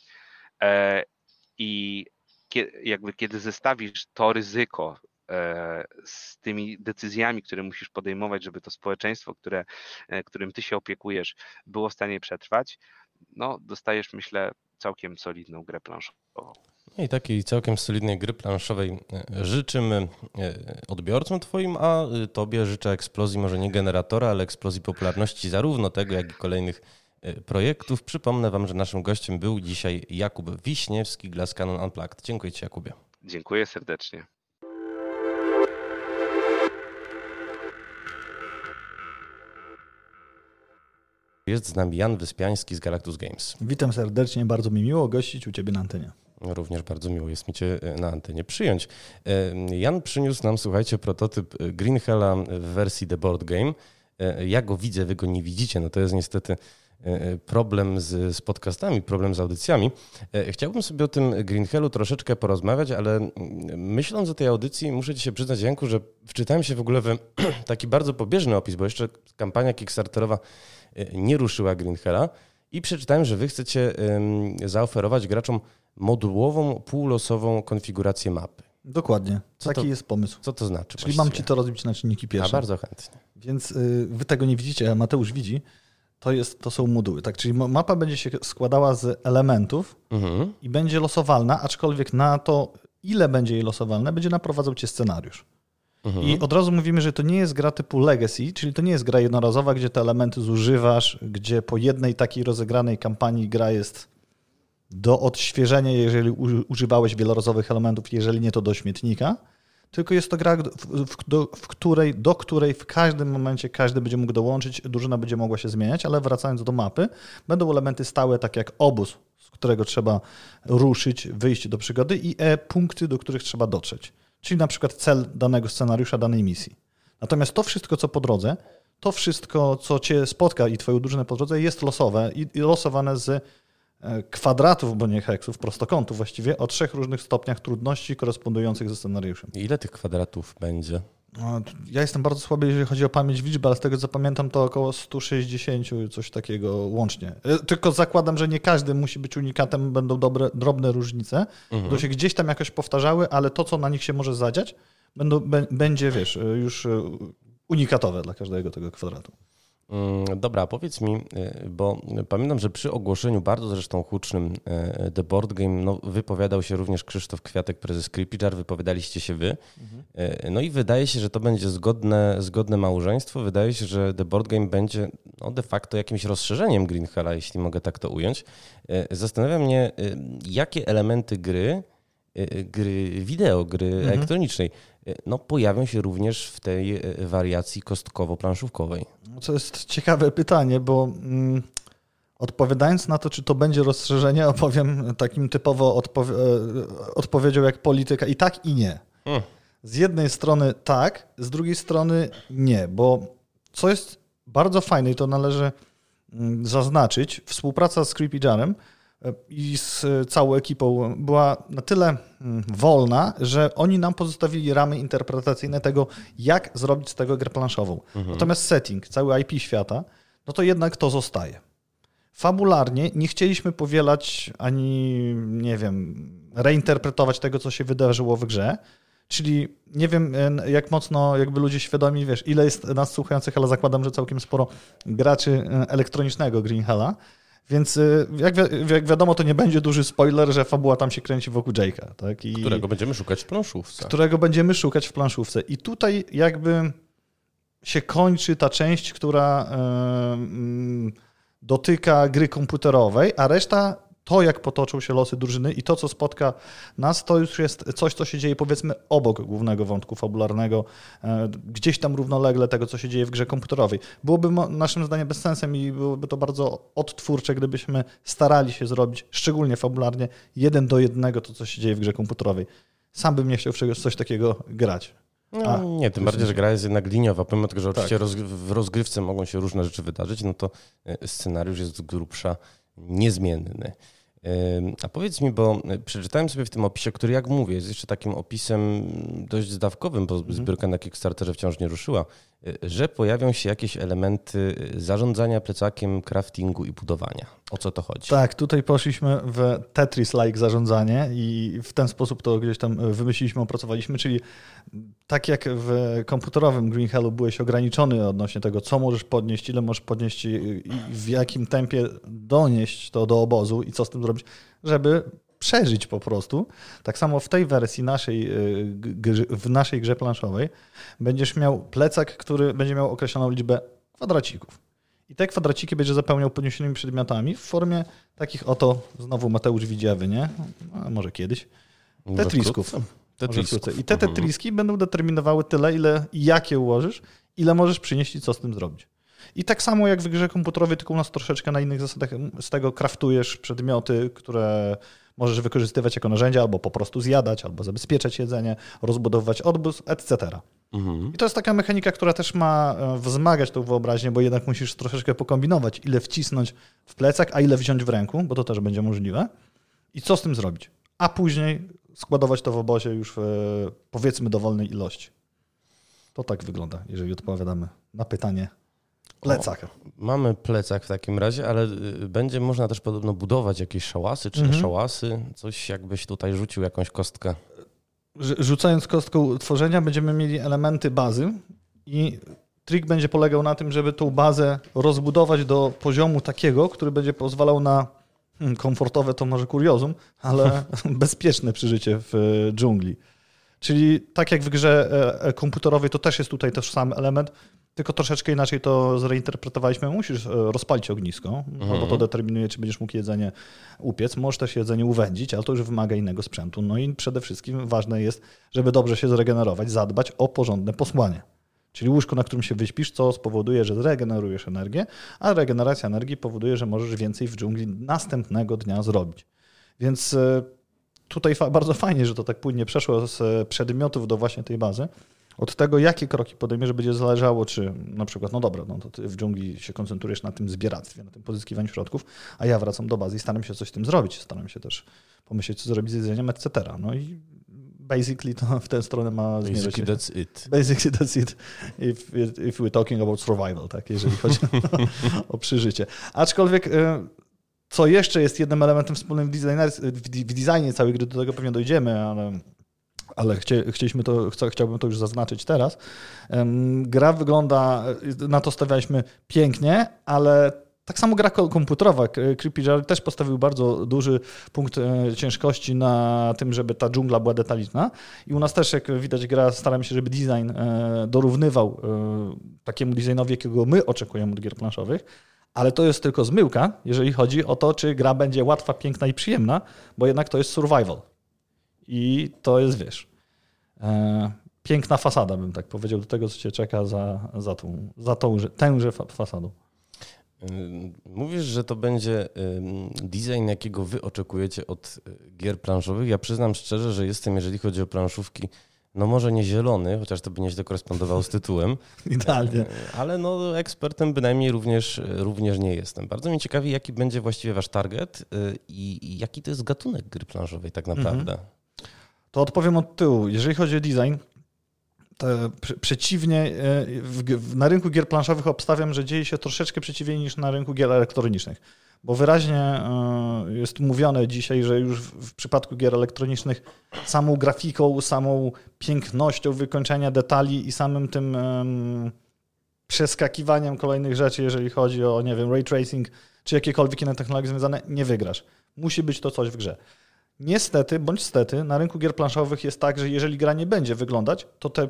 I kiedy zestawisz to ryzyko z tymi decyzjami, które musisz podejmować, żeby to społeczeństwo, którym ty się opiekujesz, było w stanie przetrwać, no dostajesz, myślę, całkiem solidną grę planszową. I takiej całkiem solidnej gry planszowej życzymy odbiorcom twoim, a tobie życzę eksplozji może nie generatora, ale eksplozji popularności zarówno tego, jak i kolejnych projektów. Przypomnę wam, że naszym gościem był dzisiaj Jakub Wiśniewski, Glass Cannon Unplugged. Dziękuję ci, Jakubie. Dziękuję serdecznie. Jest z nami Jan Wyspiański z Galactus Games. Witam serdecznie, bardzo mi miło gościć u Ciebie na antenie. Również bardzo miło jest mi Cię na antenie przyjąć. Jan przyniósł nam, słuchajcie, prototyp Green Hella w wersji The Board Game. Ja go widzę, wy go nie widzicie, no to jest niestety problem z podcastami, problem z audycjami. Chciałbym sobie o tym Green Hellu troszeczkę porozmawiać, ale myśląc o tej audycji, muszę Ci się przyznać, Janku, że wczytałem się w ogóle w taki bardzo pobieżny opis, bo jeszcze kampania kickstarterowa nie ruszyła Green Hella i przeczytałem, że wy chcecie zaoferować graczom modułową, półlosową konfigurację mapy. Dokładnie, taki jest pomysł. Co to znaczy? Czyli właściwie? Mam Ci to rozbić na czynniki pierwsze. A bardzo chętnie. Więc wy tego nie widzicie, a Mateusz widzi. To są moduły. Tak? Czyli mapa będzie się składała z elementów i będzie losowalna, aczkolwiek na to, ile będzie jej losowalne, będzie naprowadzał Cię scenariusz. I od razu mówimy, że to nie jest gra typu Legacy, czyli to nie jest gra jednorazowa, gdzie te elementy zużywasz, gdzie po jednej takiej rozegranej kampanii gra jest do odświeżenia, jeżeli używałeś wielorazowych elementów, jeżeli nie, to do śmietnika. Tylko jest to gra, do której w każdym momencie każdy będzie mógł dołączyć, drużyna będzie mogła się zmieniać, ale wracając do mapy, będą elementy stałe, tak jak obóz, z którego trzeba ruszyć, wyjść do przygody i punkty, do których trzeba dotrzeć. Czyli na przykład cel danego scenariusza, danej misji. Natomiast to wszystko, co po drodze, to wszystko, co Cię spotka i Twoją drużynę po drodze, jest losowe i losowane z kwadratów, bo nie heksów, prostokątów właściwie, o 3 różnych stopniach trudności korespondujących ze scenariuszem. Ile tych kwadratów będzie? Ja jestem bardzo słaby, jeżeli chodzi o pamięć w liczbę, ale z tego co pamiętam, to około 160, coś takiego łącznie. Tylko zakładam, że nie każdy musi być unikatem, będą drobne różnice, które się gdzieś tam jakoś powtarzały, ale to, co na nich się może zadziać, będzie, wiesz, już unikatowe dla każdego tego kwadratu. Dobra, powiedz mi, bo pamiętam, że przy ogłoszeniu bardzo zresztą hucznym The Board Game wypowiadał się również Krzysztof Kwiatek, prezes Creepy Jar, wypowiadaliście się wy. No i wydaje się, że to będzie zgodne małżeństwo. Wydaje się, że The Board Game będzie de facto jakimś rozszerzeniem Green Hella, jeśli mogę tak to ująć. Zastanawia mnie, jakie elementy gry wideo, gry elektronicznej pojawią się również w tej wariacji kostkowo-planszówkowej. To jest ciekawe pytanie, bo odpowiadając na to, czy to będzie rozszerzenie, opowiem takim typowo odpowiedzią jak polityka i tak i nie. Z jednej strony tak, z drugiej strony nie, bo co jest bardzo fajne i to należy zaznaczyć, współpraca z Creepy Jarem i z całą ekipą była na tyle wolna, że oni nam pozostawili ramy interpretacyjne tego, jak zrobić z tego grę planszową. Natomiast setting, cały IP świata, no to jednak to zostaje. Fabularnie nie chcieliśmy powielać ani, nie wiem, reinterpretować tego, co się wydarzyło w grze. Czyli nie wiem, jak mocno jakby ludzie świadomi, wiesz, ile jest nas słuchających, ale zakładam, że całkiem sporo graczy elektronicznego Green Hella. Więc jak wiadomo, to nie będzie duży spoiler, że fabuła tam się kręci wokół Jake'a. Tak? Którego będziemy szukać w planszówce. I tutaj jakby się kończy ta część, która dotyka gry komputerowej, a reszta, to jak potoczą się losy drużyny i to, co spotka nas, to już jest coś, co się dzieje powiedzmy obok głównego wątku fabularnego, gdzieś tam równolegle tego, co się dzieje w grze komputerowej. Byłoby naszym zdaniem bezsensem i byłoby to bardzo odtwórcze, gdybyśmy starali się zrobić, szczególnie fabularnie, 1:1 to, co się dzieje w grze komputerowej. Sam bym nie chciał w coś takiego grać. Nie, tym bardziej, że gra jest jednak liniowa. Pomimo tego, że oczywiście w rozgrywce mogą się różne rzeczy wydarzyć, no to scenariusz jest z grubsza niezmienny. A powiedz mi, bo przeczytałem sobie w tym opisie, który jak mówię jest jeszcze takim opisem dość zdawkowym, bo zbiórka na Kickstarterze wciąż nie ruszyła, że pojawią się jakieś elementy zarządzania plecakiem, craftingu i budowania. O co to chodzi? Tak, tutaj poszliśmy w Tetris-like zarządzanie i w ten sposób to gdzieś tam wymyśliliśmy, opracowaliśmy, czyli tak jak w komputerowym Green Hellu byłeś ograniczony odnośnie tego, co możesz podnieść, ile możesz podnieść i w jakim tempie donieść to do obozu i co z tym zrobić, żeby przeżyć po prostu. Tak samo w tej wersji w naszej grze planszowej będziesz miał plecak, który będzie miał określoną liczbę kwadracików. I te kwadraciki będzie zapełniał podniesionymi przedmiotami w formie takich oto, znowu Mateusz widziawy, nie? A może kiedyś. Tetrisków. I te tetriski będą determinowały tyle, ile i jakie ułożysz, ile możesz przynieść i co z tym zrobić. I tak samo jak w grze komputerowej, tylko u nas troszeczkę na innych zasadach z tego kraftujesz przedmioty, które możesz wykorzystywać jako narzędzia, albo po prostu zjadać, albo zabezpieczać jedzenie, rozbudowywać obóz, etc. I to jest taka mechanika, która też ma wzmagać tą wyobraźnię, bo jednak musisz troszeczkę pokombinować, ile wcisnąć w plecak, a ile wziąć w ręku, bo to też będzie możliwe. I co z tym zrobić? A później składować to w obozie już w, powiedzmy, dowolnej ilości. To tak wygląda, jeżeli odpowiadamy na pytanie plecaka. Mamy plecak w takim razie, ale będzie można też podobno budować jakieś szałasy czy nie szałasy. Coś jakbyś tutaj rzucił jakąś kostkę. Rzucając kostką tworzenia będziemy mieli elementy bazy i trik będzie polegał na tym, żeby tą bazę rozbudować do poziomu takiego, który będzie pozwalał na komfortowe, to może kuriozum, ale bezpieczne przeżycie w dżungli. Czyli tak jak w grze komputerowej, to też jest tutaj też sam element, tylko troszeczkę inaczej to zreinterpretowaliśmy. Musisz rozpalić ognisko, bo to determinuje, czy będziesz mógł jedzenie upiec. Możesz też jedzenie uwędzić, ale to już wymaga innego sprzętu. No i przede wszystkim ważne jest, żeby dobrze się zregenerować, zadbać o porządne posłanie. Czyli łóżko, na którym się wyśpisz, co spowoduje, że zregenerujesz energię, a regeneracja energii powoduje, że możesz więcej w dżungli następnego dnia zrobić. Więc tutaj bardzo fajnie, że to tak płynnie przeszło z przedmiotów do właśnie tej bazy. Od tego, jakie kroki podejmiesz, będzie zależało, czy na przykład, no dobra, no to ty w dżungli się koncentrujesz na tym zbieractwie, na tym pozyskiwaniu środków, a ja wracam do bazy i staram się coś z tym zrobić. Staram się też pomyśleć, co zrobić z jedzeniem, etc. No i basically to w tę stronę ma zmierzać. Basically that's it. Basically that's it, if we're talking about survival, tak, jeżeli chodzi o przeżycie. Aczkolwiek co jeszcze jest jednym elementem wspólnym w designie całej gry, do tego pewnie dojdziemy, ale chciałbym to już zaznaczyć teraz. Gra wygląda, na to stawialiśmy pięknie, ale tak samo gra komputerowa. Creepy Jar też postawił bardzo duży punkt ciężkości na tym, żeby ta dżungla była detaliczna. I u nas też, jak widać, staramy się, żeby design dorównywał takiemu designowi, jakiego my oczekujemy od gier planszowych. Ale to jest tylko zmyłka, jeżeli chodzi o to, czy gra będzie łatwa, piękna i przyjemna, bo jednak to jest survival. I to jest, wiesz, piękna fasada, bym tak powiedział, do tego, co cię czeka za tęże fasadą. Mówisz, że to będzie design, jakiego wy oczekujecie od gier planszowych. Ja przyznam szczerze, że jestem, jeżeli chodzi o planszówki, no może nie zielony, chociaż to by nieźle korespondowało z tytułem. Idealnie. Ale no ekspertem bynajmniej również nie jestem. Bardzo mnie ciekawi, jaki będzie właściwie wasz target i jaki to jest gatunek gry planszowej tak naprawdę. To odpowiem od tyłu. Jeżeli chodzi o design, to przeciwnie, na rynku gier planszowych obstawiam, że dzieje się troszeczkę przeciwniej niż na rynku gier elektronicznych. Bo wyraźnie jest mówione dzisiaj, że już w przypadku gier elektronicznych samą grafiką, samą pięknością wykończenia detali i samym tym przeskakiwaniem kolejnych rzeczy, jeżeli chodzi o, nie wiem, ray tracing czy jakiekolwiek inne technologie związane, nie wygrasz. Musi być to coś w grze. Niestety, bądź stety, na rynku gier planszowych jest tak, że jeżeli gra nie będzie wyglądać, to te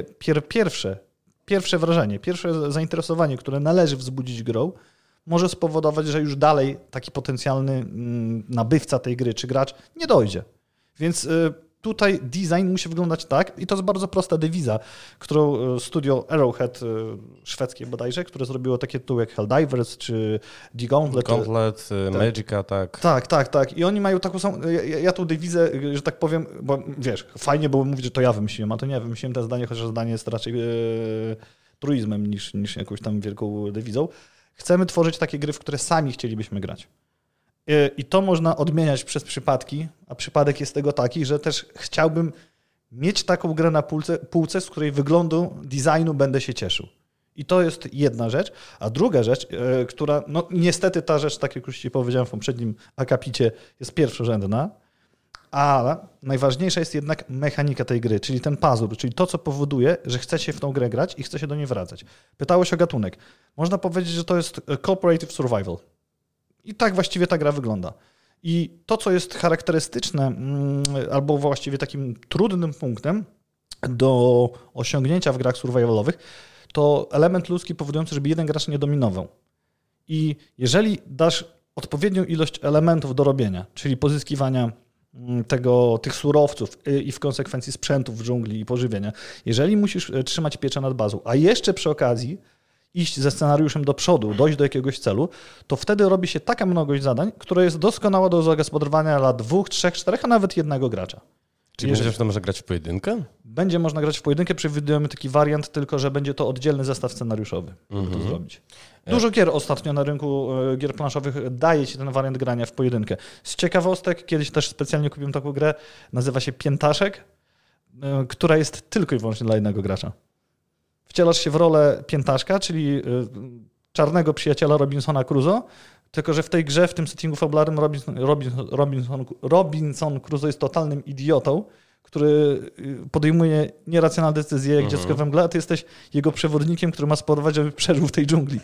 pierwsze wrażenie, pierwsze zainteresowanie, które należy wzbudzić grą, może spowodować, że już dalej taki potencjalny nabywca tej gry czy gracz nie dojdzie. Więc tutaj design musi wyglądać tak, i to jest bardzo prosta dewiza, którą studio Arrowhead, szwedzkie bodajże, które zrobiło takie tytuły jak Helldivers czy The Gauntlet. Gauntlet, Magica, tak. Tak. I oni mają taką samą, ja tą dewizę, że tak powiem, bo wiesz, fajnie było mówić, że to ja wymyśliłem, a to nie ja wymyśliłem to zdanie, chociaż zdanie jest raczej truizmem niż jakąś tam wielką dewizą. Chcemy tworzyć takie gry, w które sami chcielibyśmy grać. I to można odmieniać przez przypadki, a przypadek jest tego taki, że też chciałbym mieć taką grę na półce, z której wyglądu, designu będę się cieszył. I to jest jedna rzecz. A druga rzecz, która, no niestety ta rzecz, tak jak już ci powiedziałem w poprzednim akapicie, jest pierwszorzędna, ale najważniejsza jest jednak mechanika tej gry, czyli ten pazur, czyli to, co powoduje, że chce się w tą grę grać i chce się do niej wracać. Pytałeś o gatunek. Można powiedzieć, że to jest cooperative survival. I tak właściwie ta gra wygląda. I to, co jest charakterystyczne, albo właściwie takim trudnym punktem do osiągnięcia w grach survivalowych, to element ludzki powodujący, żeby jeden gracz nie dominował. I jeżeli dasz odpowiednią ilość elementów do robienia, czyli pozyskiwania tych surowców i w konsekwencji sprzętów w dżungli i pożywienia, jeżeli musisz trzymać pieczę nad bazą, a jeszcze przy okazji iść ze scenariuszem do przodu, dojść do jakiegoś celu, to wtedy robi się taka mnogość zadań, która jest doskonała do zagospodarowania dla 2, 3, 4, a nawet jednego gracza. Czyli myślisz, że to może grać w pojedynkę? Będzie można grać w pojedynkę, przewidujemy taki wariant, tylko że będzie to oddzielny zestaw scenariuszowy, żeby to zrobić. Dużo gier ostatnio na rynku gier planszowych daje ci ten wariant grania w pojedynkę. Z ciekawostek, kiedyś też specjalnie kupiłem taką grę, nazywa się Piętaszek, która jest tylko i wyłącznie dla jednego gracza. Wcielasz się w rolę piętaszka, czyli czarnego przyjaciela Robinsona Crusoe, tylko że w tej grze, w tym settingu fabularnym Robinson Crusoe jest totalnym idiotą, który podejmuje nieracjonalne decyzje jak dziecko we mgle, a ty jesteś jego przewodnikiem, który ma spowodować, żeby przeżył w tej dżungli.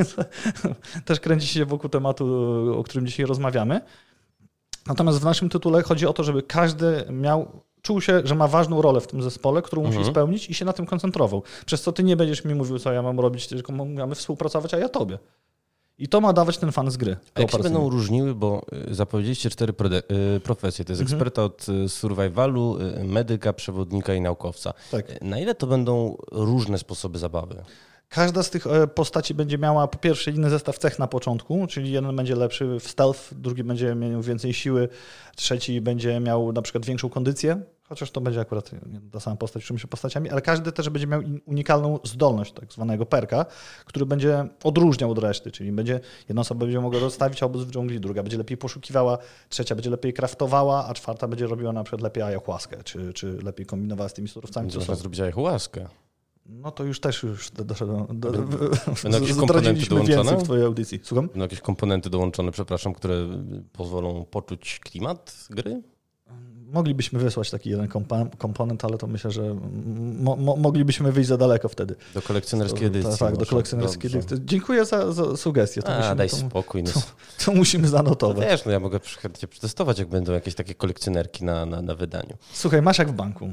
Też kręci się wokół tematu, o którym dzisiaj rozmawiamy. Natomiast w naszym tytule chodzi o to, żeby każdy czuł się, że ma ważną rolę w tym zespole, którą musi spełnić i się na tym koncentrował. Przez co ty nie będziesz mi mówił, co ja mam robić, tylko mamy współpracować, a ja tobie. I to ma dawać ten fan z gry. A jak się będą różniły, bo zapowiedzieliście 4 profesje. To jest eksperta od survivalu, medyka, przewodnika i naukowca. Tak. Na ile to będą różne sposoby zabawy? Każda z tych postaci będzie miała po pierwsze inny zestaw cech na początku, czyli jeden będzie lepszy w stealth, drugi będzie miał więcej siły, trzeci będzie miał na przykład większą kondycję, chociaż to będzie akurat ta sama postać z postaciami, ale każdy też będzie miał unikalną zdolność, tak zwanego perka, który będzie odróżniał od reszty, czyli jedna osoba będzie mogła rozstawić obóz w dżungli, druga będzie lepiej poszukiwała, trzecia będzie lepiej kraftowała, a czwarta będzie robiła na przykład lepiej ayahuaskę, czy lepiej kombinowała z tymi surowcami. Można zrobić ayahuaskę. No to już doszedłem. Będą jakieś komponenty dołączone? W twojej audycji. Słucham? Będą jakieś komponenty dołączone, które pozwolą poczuć klimat gry? Moglibyśmy wysłać taki jeden komponent, ale to myślę, że moglibyśmy wyjść za daleko wtedy. Do kolekcjonerskiej edycji. Tak, do kolekcjonerskiej edycji. Dziękuję za sugestię. Daj spokój. To musimy zanotować. No wiesz, ja mogę chętnie przetestować, jak będą jakieś takie kolekcjonerki na wydaniu. Słuchaj, masz jak w banku.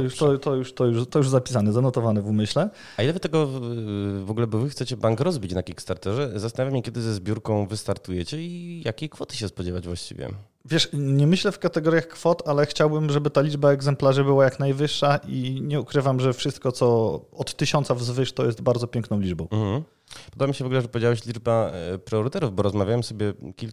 To już zapisane, zanotowane w umyśle. A ile wy tego w ogóle, bo wy chcecie bank rozbić na Kickstarterze? Zastanawiam mnie, kiedy ze zbiórką wystartujecie i jakiej kwoty się spodziewać właściwie? Wiesz, nie myślę w kategoriach kwot, ale chciałbym, żeby ta liczba egzemplarzy była jak najwyższa i nie ukrywam, że wszystko, co od 1000 wzwyż, to jest bardzo piękną liczbą. Podoba mi się w ogóle, że powiedziałeś liczba preorderów, bo rozmawiałem sobie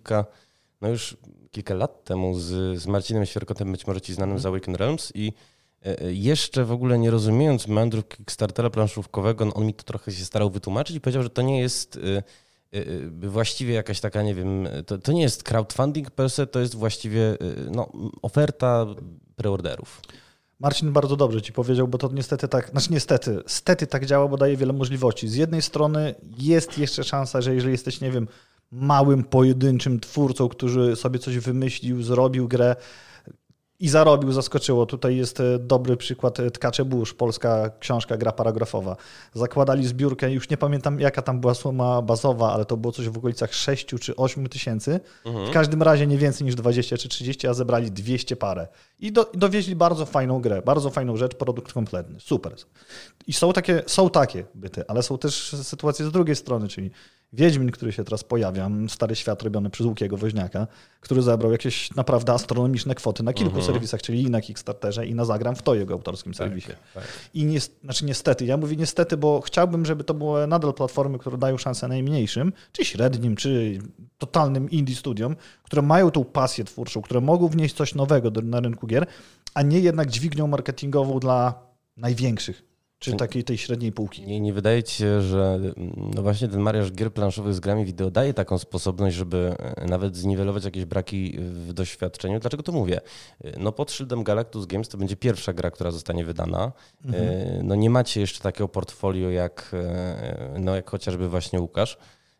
już kilka lat temu z Marcinem Świerkotem, być może ci znanym z Awaken Realms i jeszcze w ogóle nie rozumiejąc meandrów Kickstartera planszówkowego, on mi to trochę się starał wytłumaczyć i powiedział, że to nie jest właściwie jakaś taka, nie wiem, to nie jest crowdfunding per se, to jest właściwie oferta preorderów. Marcin bardzo dobrze ci powiedział, bo to niestety tak, stety tak działa, bo daje wiele możliwości. Z jednej strony jest jeszcze szansa, że jeżeli jesteś, nie wiem, małym, pojedynczym twórcą, który sobie coś wymyślił, zrobił grę i zarobił, zaskoczyło. Tutaj jest dobry przykład Tkacze Burz, polska książka, gra paragrafowa. Zakładali zbiórkę, już nie pamiętam jaka tam była suma bazowa, ale to było coś w okolicach 6 czy 8 tysięcy. W każdym razie nie więcej niż 20 czy 30, a zebrali 200 parę. I dowieźli bardzo fajną grę, bardzo fajną rzecz, produkt kompletny. Super. I są takie byty, ale są też sytuacje z drugiej strony, czyli Wiedźmin, który się teraz pojawia, Stary Świat robiony przez Łukiego Woźniaka, który zebrał jakieś naprawdę astronomiczne kwoty na kilku serwisach, czyli i na Kickstarterze, i na Zagram w to jego autorskim serwisie. Tak. I niestety, ja mówię niestety, bo chciałbym, żeby to były nadal platformy, które dają szansę najmniejszym, czy średnim, czy totalnym indie studiom, które mają tą pasję twórczą, które mogą wnieść coś nowego na rynku gier, a nie jednak dźwignią marketingową dla największych. Czy takiej tej średniej półki. Nie wydaje ci się, że właśnie ten mariaż gier planszowych z grami wideo daje taką sposobność, żeby nawet zniwelować jakieś braki w doświadczeniu? Dlaczego to mówię? Pod szyldem Galactus Games to będzie pierwsza gra, która zostanie wydana. Nie macie jeszcze takiego portfolio jak chociażby właśnie Łukasz.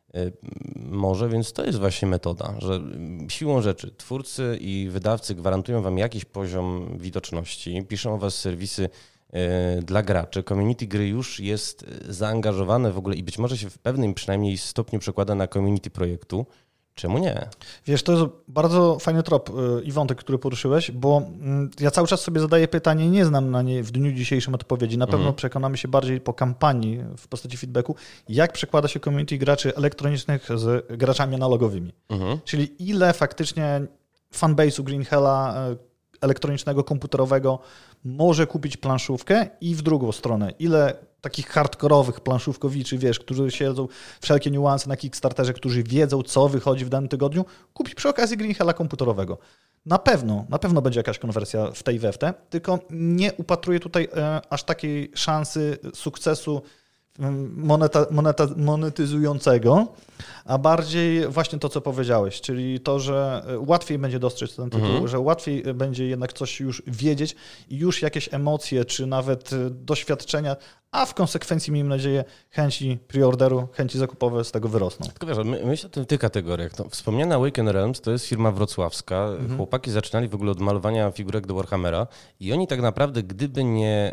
Może, więc to jest właśnie metoda, że siłą rzeczy twórcy i wydawcy gwarantują wam jakiś poziom widoczności, piszą o was serwisy dla graczy. Community gry już jest zaangażowane w ogóle i być może się w pewnym przynajmniej stopniu przekłada na community projektu. Czemu nie? Wiesz, to jest bardzo fajny trop i wątek, który poruszyłeś, bo ja cały czas sobie zadaję pytanie, nie znam na nie w dniu dzisiejszym odpowiedzi. Na pewno przekonamy się bardziej po kampanii w postaci feedbacku, jak przekłada się community graczy elektronicznych z graczami analogowymi. Czyli ile faktycznie fanbase'u Green Hella elektronicznego, komputerowego może kupić planszówkę i w drugą stronę. Ile takich hardkorowych planszówkowiczy, wiesz, którzy siedzą wszelkie niuanse na Kickstarterze, którzy wiedzą, co wychodzi w danym tygodniu, kupi przy okazji Green Hella komputerowego. Na pewno będzie jakaś konwersja w tej we w te, tylko nie upatruję tutaj aż takiej szansy sukcesu monetyzującego, a bardziej właśnie to, co powiedziałeś, czyli to, że łatwiej będzie dostrzec ten tytuł, że łatwiej będzie jednak coś już wiedzieć i już jakieś emocje, czy nawet doświadczenia, a w konsekwencji, miejmy nadzieję, chęci preorderu, chęci zakupowe z tego wyrosną. Tylko wiesz, myślę o tych kategoriach. No, wspomniana Awaken Realms to jest firma wrocławska. Chłopaki zaczynali w ogóle od malowania figurek do Warhammera i oni tak naprawdę, gdyby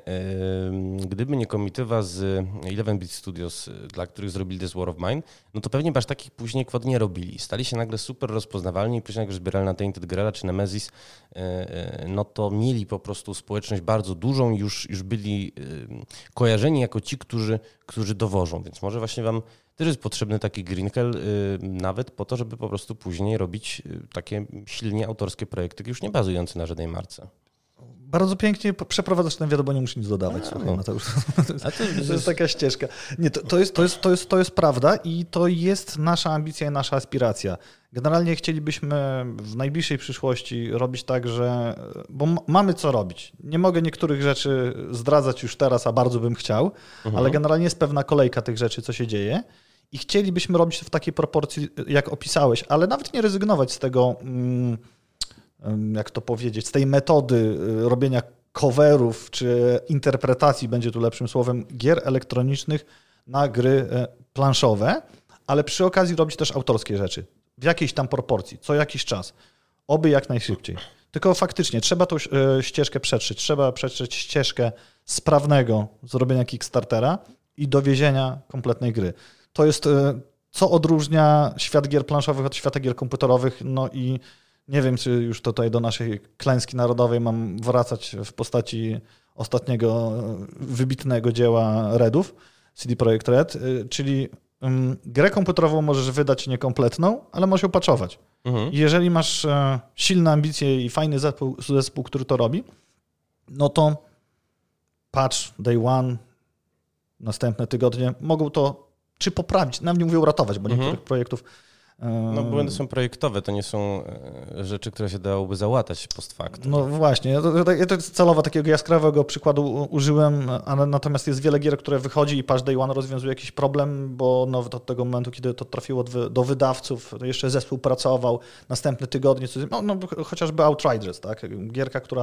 nie komitywa z 11-bit Studios, dla których zrobili This War of Mine, no to pewnie aż takich później kwot nie robili. Stali się nagle super rozpoznawalni i później jak zbierali na Tainted Grail czy Nemesis, no to mieli po prostu społeczność bardzo dużą i już byli kojarzeni jako ci, którzy dowożą, więc może właśnie wam też jest potrzebny taki Green Hell nawet po to, żeby po prostu później robić takie silnie autorskie projekty, już nie bazujące na żadnej marce. Bardzo pięknie przeprowadzasz ten wywiad, bo nie muszę nic dodawać. Słuchaj, to jest taka ścieżka. Nie, to jest prawda i to jest nasza ambicja i nasza aspiracja. Generalnie chcielibyśmy w najbliższej przyszłości robić tak, że... Bo mamy co robić. Nie mogę niektórych rzeczy zdradzać już teraz, a bardzo bym chciał, ale generalnie jest pewna kolejka tych rzeczy, co się dzieje i chcielibyśmy robić to w takiej proporcji, jak opisałeś, ale nawet nie rezygnować z tego... jak to powiedzieć, z tej metody robienia coverów czy interpretacji, będzie tu lepszym słowem, gier elektronicznych na gry planszowe, ale przy okazji robić też autorskie rzeczy w jakiejś tam proporcji, co jakiś czas, oby jak najszybciej. Tylko faktycznie trzeba tą ścieżkę przetrzeć, trzeba przetrzeć ścieżkę sprawnego zrobienia Kickstartera i dowiezienia kompletnej gry. To jest, co odróżnia świat gier planszowych od świata gier komputerowych, no i nie wiem, czy już tutaj do naszej klęski narodowej mam wracać w postaci ostatniego wybitnego dzieła Redów, CD Projekt Red, czyli grę komputerową możesz wydać niekompletną, ale możesz ją patchować. Jeżeli masz silne ambicje i fajny zespół, który to robi, no to patch day one, następne tygodnie mogą to czy poprawić, nawet nie mówię uratować, bo niektórych projektów no błędy są projektowe, to nie są rzeczy, które się dałoby załatać post factum. No właśnie, ja to celowo takiego jaskrawego przykładu użyłem, ale natomiast jest wiele gier, które wychodzi i patch day one rozwiązuje jakiś problem, bo nawet od tego momentu, kiedy to trafiło do wydawców, jeszcze zespół pracował, następne tygodnie, chociażby Outriders, tak? Gierka, która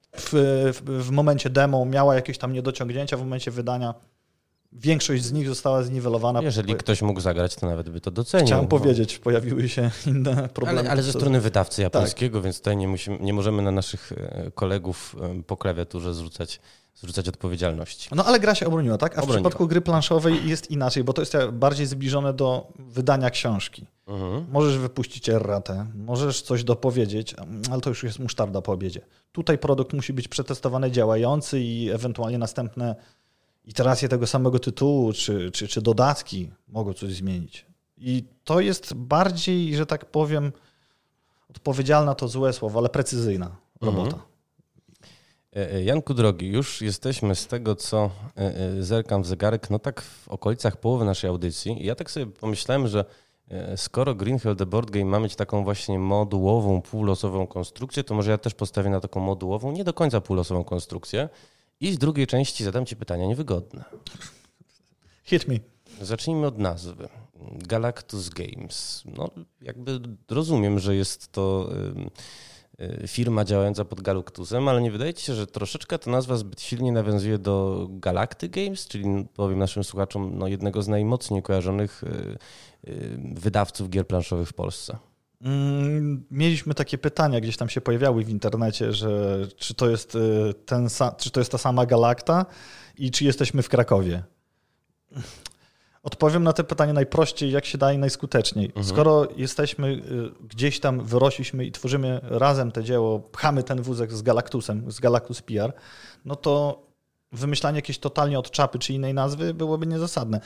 w momencie demo miała jakieś tam niedociągnięcia, w momencie wydania większość z nich została zniwelowana. Jeżeli ktoś mógł zagrać, to nawet by to docenił. Chciałem powiedzieć, pojawiły się inne problemy. Ale ze strony wydawcy japońskiego, tak. Więc tutaj nie możemy na naszych kolegów po klawiaturze zrzucać odpowiedzialności. No ale gra się obroniła, tak? A w przypadku gry planszowej jest inaczej, bo to jest bardziej zbliżone do wydania książki. Możesz wypuścić erratę, możesz coś dopowiedzieć, ale to już jest musztarda po obiedzie. Tutaj produkt musi być przetestowany, działający i ewentualnie następne iteracje tego samego tytułu, czy dodatki mogą coś zmienić. I to jest bardziej, że tak powiem, odpowiedzialna to złe słowo, ale precyzyjna robota. Janku drogi, już jesteśmy z tego, co zerkam w zegarek, no tak w okolicach połowy naszej audycji. I ja tak sobie pomyślałem, że skoro Green Hell The Board Game ma mieć taką właśnie modułową, półlosową konstrukcję, to może ja też postawię na taką modułową, nie do końca półlosową konstrukcję. I z drugiej części zadam ci pytania niewygodne. Hit me. Zacznijmy od nazwy. Galactus Games. No, jakby rozumiem, że jest to firma działająca pod Galactusem, ale nie wydaje ci się, że troszeczkę ta nazwa zbyt silnie nawiązuje do Galacty Games, czyli powiem naszym słuchaczom, jednego z najmocniej kojarzonych wydawców gier planszowych w Polsce? Mieliśmy takie pytania, gdzieś tam się pojawiały w internecie, że czy to jest czy to jest ta sama Galacta i czy jesteśmy w Krakowie. Odpowiem na te pytanie najprościej, jak się da i najskuteczniej. Skoro jesteśmy gdzieś tam, wyrośliśmy i tworzymy razem to dzieło, pchamy ten wózek z Galactusem, z Galactus PR, no to wymyślanie jakiejś totalnie od czapy czy innej nazwy byłoby niezasadne.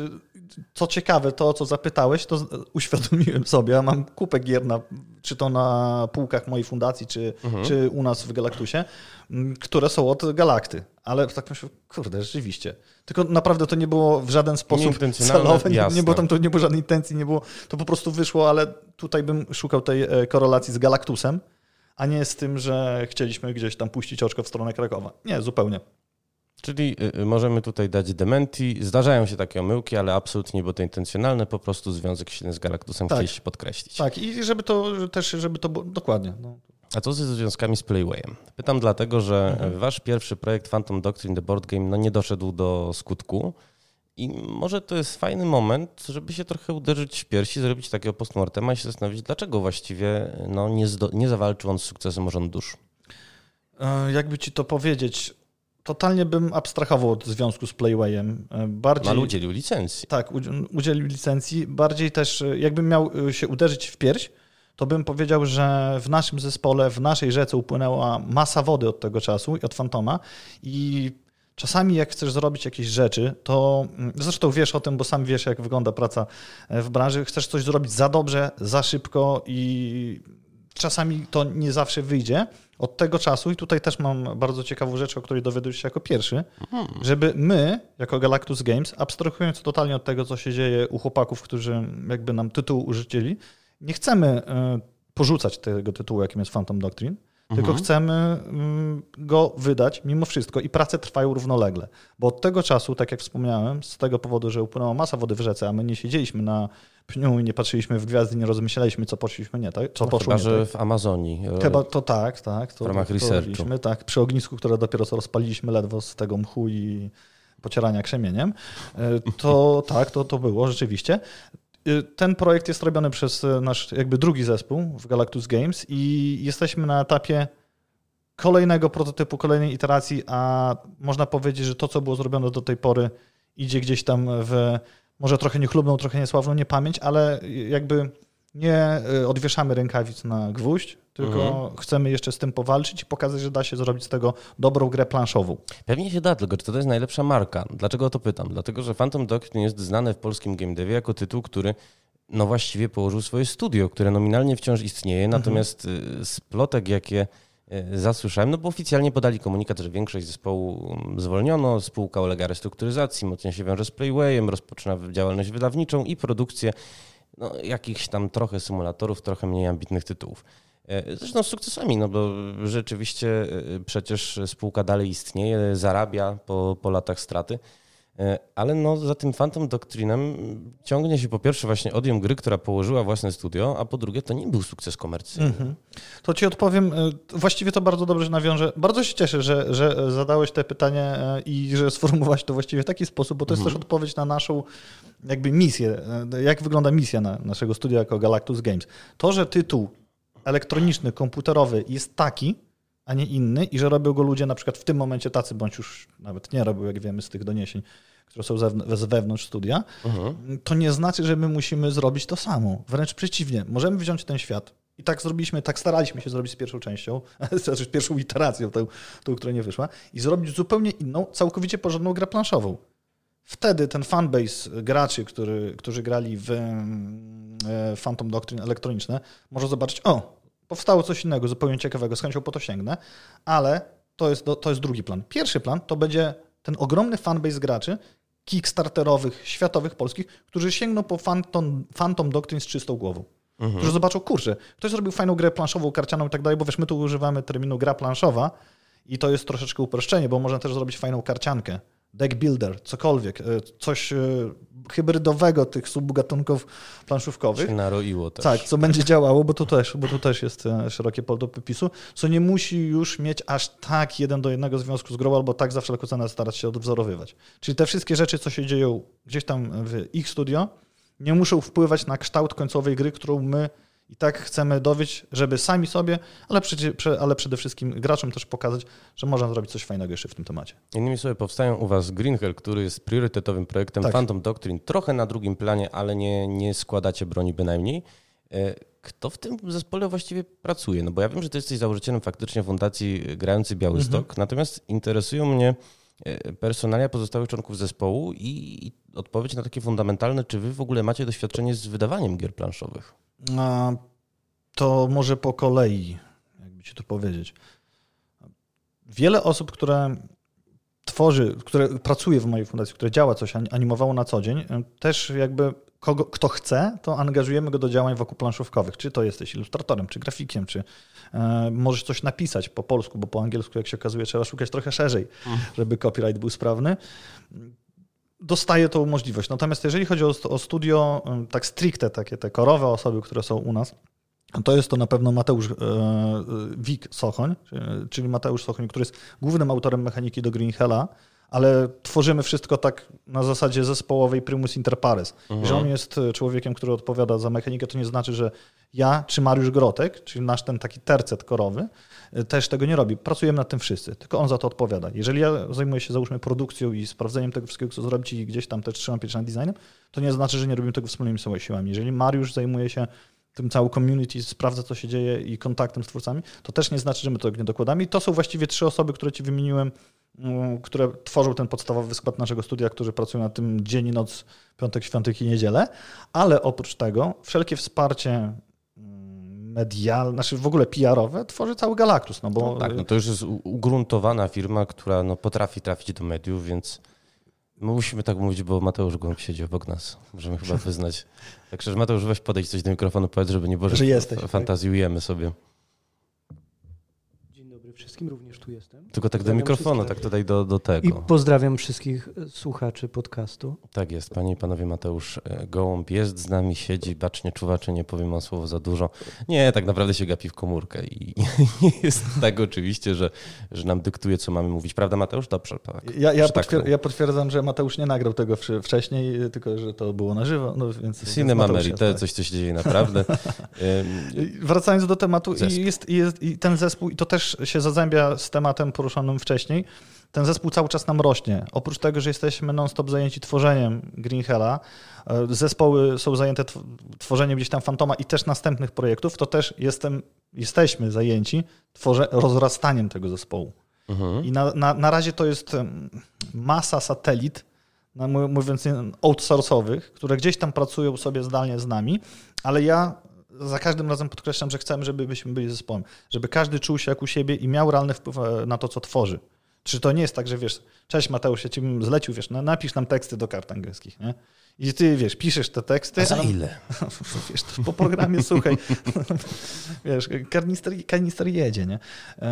Co ciekawe, to co zapytałeś, to uświadomiłem sobie, ja mam kupę gier, czy to na półkach mojej fundacji, czy u nas w Galactusie, które są od Galakty. Ale tak myślę, kurde, rzeczywiście. Tylko naprawdę to nie było w żaden sposób celowe, nie było żadnej intencji, nie było, to po prostu wyszło, ale tutaj bym szukał tej korelacji z Galactusem, a nie z tym, że chcieliśmy gdzieś tam puścić oczko w stronę Krakowa. Nie, zupełnie. Czyli możemy tutaj dać dementi. Zdarzają się takie omyłki, ale absolutnie nie było to intencjonalne, po prostu związek silny z Galactusem chcieliście podkreślić. Tak, i żeby to było dokładnie. No. A co ze związkami z Playwayem? Pytam dlatego, że wasz pierwszy projekt Phantom Doctrine The Board Game nie doszedł do skutku i może to jest fajny moment, żeby się trochę uderzyć w piersi, zrobić takiego postmortema i się zastanowić, dlaczego właściwie nie zawalczył on z sukcesem o Rząd Dusz. Jakby ci to powiedzieć, totalnie bym abstrahował od związku z Playwayem. Ale udzielił licencji. Tak, udzielił licencji. Bardziej też, jakbym miał się uderzyć w pierś, to bym powiedział, że w naszym zespole, w naszej rzece upłynęła masa wody od tego czasu i od Fantoma i czasami jak chcesz zrobić jakieś rzeczy, to zresztą wiesz o tym, bo sam wiesz, jak wygląda praca w branży, chcesz coś zrobić za dobrze, za szybko i czasami to nie zawsze wyjdzie. Od tego czasu, i tutaj też mam bardzo ciekawą rzecz, o której dowiadujesz się jako pierwszy, żeby my, jako Galactus Games, abstrahując totalnie od tego, co się dzieje u chłopaków, którzy jakby nam tytuł użyczyli, nie chcemy porzucać tego tytułu, jakim jest Phantom Doctrine, tylko chcemy go wydać mimo wszystko i prace trwają równolegle. Bo od tego czasu, tak jak wspomniałem, z tego powodu, że upłynęła masa wody w rzece, a my nie siedzieliśmy na pniu i nie patrzyliśmy w gwiazdy, nie rozmyślaliśmy, co poszliśmy nie tak. Chyba, że w Amazonii. Chyba to tak. W ramach researchu. Tak, przy ognisku, które dopiero co rozpaliliśmy ledwo z tego mchu i pocierania krzemieniem. To było rzeczywiście. Ten projekt jest robiony przez nasz jakby drugi zespół w Galactus Games i jesteśmy na etapie kolejnego prototypu, kolejnej iteracji, a można powiedzieć, że to, co było zrobione do tej pory, idzie gdzieś tam w może trochę niechlubną, trochę niesławną niepamięć, ale jakby nie odwieszamy rękawic na gwóźdź, tylko chcemy jeszcze z tym powalczyć i pokazać, że da się zrobić z tego dobrą grę planszową. Pewnie się da, tylko czy to jest najlepsza marka? Dlaczego o to pytam? Dlatego, że Phantom Doctrine jest znane w polskim game devie jako tytuł, który właściwie położył swoje studio, które nominalnie wciąż istnieje, natomiast z plotek, jakie zasłyszałem, bo oficjalnie podali komunikat, że większość zespołu zwolniono, spółka ulega restrukturyzacji, mocno się wiąże z Playwayem, rozpoczyna działalność wydawniczą i produkcję jakichś tam trochę symulatorów, trochę mniej ambitnych tytułów. Zresztą z sukcesami, bo rzeczywiście przecież spółka dalej istnieje, zarabia po latach straty, ale za tym Phantom Doctrinem ciągnie się po pierwsze właśnie odjem gry, która położyła własne studio, a po drugie to nie był sukces komercyjny. To ci odpowiem, właściwie to bardzo dobrze nawiążę. Bardzo się cieszę, że zadałeś te pytanie i że sformułowałeś to właściwie w taki sposób, bo to jest też odpowiedź na naszą jakby misję, jak wygląda misja naszego studia jako Galactus Games. To, że tytuł elektroniczny, komputerowy jest taki, a nie inny i że robią go ludzie na przykład w tym momencie tacy, bądź już nawet nie robią, jak wiemy z tych doniesień, które są z wewnątrz studia, to nie znaczy, że my musimy zrobić to samo. Wręcz przeciwnie. Możemy wziąć ten świat i tak zrobiliśmy, tak staraliśmy się zrobić z pierwszą częścią, znaczy z pierwszą iteracją, tą, która nie wyszła, i zrobić zupełnie inną, całkowicie porządną grę planszową. Wtedy ten fanbase graczy, którzy grali w Phantom Doctrine elektroniczne, może zobaczyć, powstało coś innego, zupełnie ciekawego, z chęcią po to sięgnę, ale to jest drugi plan. Pierwszy plan to będzie ten ogromny fanbase graczy kickstarterowych, światowych, polskich, którzy sięgną po Phantom Doctrine z czystą głową. Którzy zobaczą, kurczę, ktoś zrobił fajną grę planszową, karcianą i tak dalej, bo wiesz, my tu używamy terminu gra planszowa i to jest troszeczkę uproszczenie, bo można też zrobić fajną karciankę, deck builder, cokolwiek, coś hybrydowego tych subgatunków planszówkowych. Się naroiło też. Tak, co będzie działało, bo tu też jest szerokie pole do popisu, co nie musi już mieć aż tak 1:1 związku z grą, albo tak za wszelką cenę starać się odwzorowywać. Czyli te wszystkie rzeczy, co się dzieją gdzieś tam w ich studio, nie muszą wpływać na kształt końcowej gry, którą my i tak chcemy dowieść, żeby sami sobie, ale przede wszystkim graczom też pokazać, że można zrobić coś fajnego jeszcze w tym temacie. Innymi słowy, powstają u was Green Hell, który jest priorytetowym projektem, tak. Phantom Doctrine trochę na drugim planie, ale nie składacie broni bynajmniej. Kto w tym zespole właściwie pracuje? Bo ja wiem, że ty jesteś założycielem faktycznie fundacji Grający Białystok, natomiast interesują mnie personalia pozostałych członków zespołu i odpowiedź na takie fundamentalne, czy wy w ogóle macie doświadczenie z wydawaniem gier planszowych? To może po kolei, jakby ci to powiedzieć. Wiele osób, które pracuje w mojej fundacji, które działa coś, animowało na co dzień, też jakby kto chce, to angażujemy go do działań wokół planszówkowych. Czy to jesteś ilustratorem, czy grafikiem, czy możesz coś napisać po polsku, bo po angielsku, jak się okazuje, trzeba szukać trochę szerzej, żeby copyright był sprawny. Dostaje tą możliwość. Natomiast jeżeli chodzi o studio, tak stricte, takie te korowe osoby, które są u nas, to jest to na pewno Mateusz Wik-Sochoń, czyli Mateusz Sochoń, który jest głównym autorem mechaniki do Green Hella, ale tworzymy wszystko tak na zasadzie zespołowej primus inter pares. Że on jest człowiekiem, który odpowiada za mechanikę, to nie znaczy, że ja czy Mariusz Grotek, czyli nasz ten taki tercet korowy, też tego nie robi. Pracujemy nad tym wszyscy, tylko on za to odpowiada. Jeżeli ja zajmuję się, załóżmy, produkcją i sprawdzeniem tego wszystkiego, co zrobić i gdzieś tam też trzymam pieczę nad designem, to nie znaczy, że nie robimy tego wspólnymi siłami. Jeżeli Mariusz zajmuje się tym całą community, sprawdza, co się dzieje i kontaktem z twórcami, to też nie znaczy, że my tego nie dokładamy. I to są właściwie 3 osoby, które ci wymieniłem, które tworzą ten podstawowy skład naszego studia, którzy pracują nad tym dzień i noc, piątek, świątek i niedzielę, ale oprócz tego wszelkie wsparcie medialne, znaczy w ogóle PR-owe tworzy cały Galactus. No bo... tak, to już jest ugruntowana firma, która potrafi trafić do mediów, więc musimy tak mówić, bo Mateusz Głąb siedzi obok nas. Możemy chyba wyznać. Także Mateusz, weź podejść coś do mikrofonu, powiedz, żeby nie było, że fantazjujemy tak sobie. Dzień dobry wszystkim, również tu jestem. Tylko tak do mikrofonu, tak tutaj do tego. I pozdrawiam wszystkich słuchaczy podcastu. Tak jest, panie i panowie, Mateusz Gołąb jest z nami, siedzi, bacznie czuwaczy, nie powiem o słowo za dużo. Nie, tak naprawdę się gapi w komórkę i nie jest tak oczywiście, że nam dyktuje, co mamy mówić. Prawda, Mateusz? Dobrze. Tak. Ja potwierdzam, że Mateusz nie nagrał tego wcześniej, tylko że to było na żywo. No, więc Cinema Merite, coś się dzieje naprawdę. Wracając do tematu, i ten zespół, i to też się zazębia z tematem poruszonym wcześniej, ten zespół cały czas nam rośnie. Oprócz tego, że jesteśmy non-stop zajęci tworzeniem Green Hella, zespoły są zajęte tworzeniem gdzieś tam Fantoma i też następnych projektów, to też jesteśmy zajęci rozrastaniem tego zespołu. I na razie to jest masa satelit, mówiąc outsourcowych, które gdzieś tam pracują sobie zdalnie z nami, ale ja za każdym razem podkreślam, że chcemy, żebyśmy byli zespołem, żeby każdy czuł się jak u siebie i miał realny wpływ na to, co tworzy. Czy to nie jest tak, że wiesz, cześć Mateusz, ja ci bym zlecił, wiesz, napisz nam teksty do kart angielskich, nie? I ty, wiesz, piszesz te teksty. A za ile? Wiesz, to po programie, słuchaj, wiesz, kanister jedzie, nie?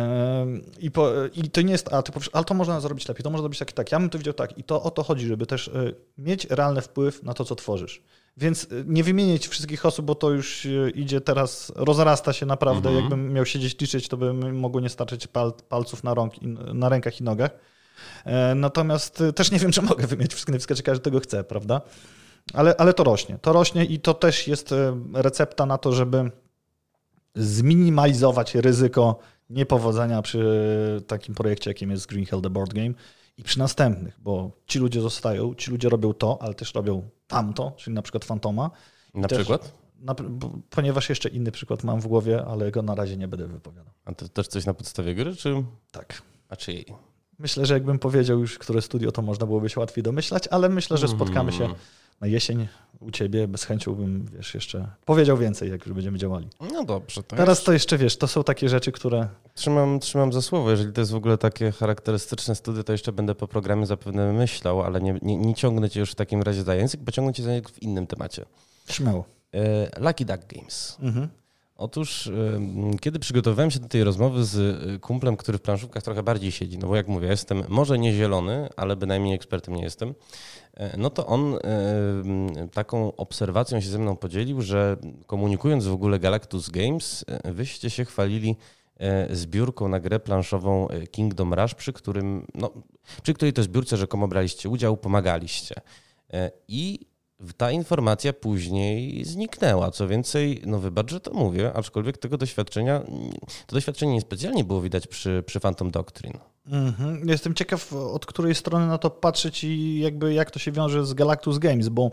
I to nie jest, a ty powiesz, ale to można zrobić lepiej, to można zrobić tak. Ja bym to widział tak. I to o to chodzi, żeby też mieć realny wpływ na to, co tworzysz. Więc nie wymienić wszystkich osób, bo to już idzie teraz, rozrasta się naprawdę. Jakbym miał siedzieć, liczyć, to by mogło nie starczyć palców na rękach i nogach. Natomiast też nie wiem, czy mogę wymienić wszystkie nazwiska, czy każdy tego chce, prawda? Ale to rośnie. To rośnie i to też jest recepta na to, żeby zminimalizować ryzyko niepowodzenia przy takim projekcie, jakim jest Green Hell The Board Game i przy następnych, bo ci ludzie zostają, ci ludzie robią to, ale też robią tamto, czyli na przykład Fantoma. Na przykład? Ponieważ jeszcze inny przykład mam w głowie, ale go na razie nie będę wypowiadał. A to też coś na podstawie gry, czy? Tak. A czyjej? Myślę, że jakbym powiedział już, które studio, to można byłoby się łatwiej domyślać, ale myślę, że spotkamy się na jesień u ciebie. Bez chęcią bym, wiesz, jeszcze powiedział więcej, jak już będziemy działali. No dobrze. To teraz to jeszcze, wiesz, to są takie rzeczy, które... Trzymam za słowo. Jeżeli to jest w ogóle takie charakterystyczne studio, to jeszcze będę po programie zapewne myślał, ale nie ciągnę cię już w takim razie za język, bo ciągnę cię za język w innym temacie. Śmiało. Lucky Duck Games. Otóż, kiedy przygotowywałem się do tej rozmowy z kumplem, który w planszówkach trochę bardziej siedzi, no bo jak mówię, jestem może nie zielony, ale bynajmniej ekspertem nie jestem, no to on taką obserwacją się ze mną podzielił, że komunikując w ogóle Galactus Games, wyście się chwalili zbiórką na grę planszową Kingdom Rush, przy której to zbiórce rzekomo braliście udział, pomagaliście. I ta informacja później zniknęła. Co więcej, no wybacz, że to mówię, aczkolwiek to doświadczenie niespecjalnie było widać przy Phantom Doctrine. Jestem ciekaw, od której strony na to patrzeć i jakby jak to się wiąże z Galactus Games, bo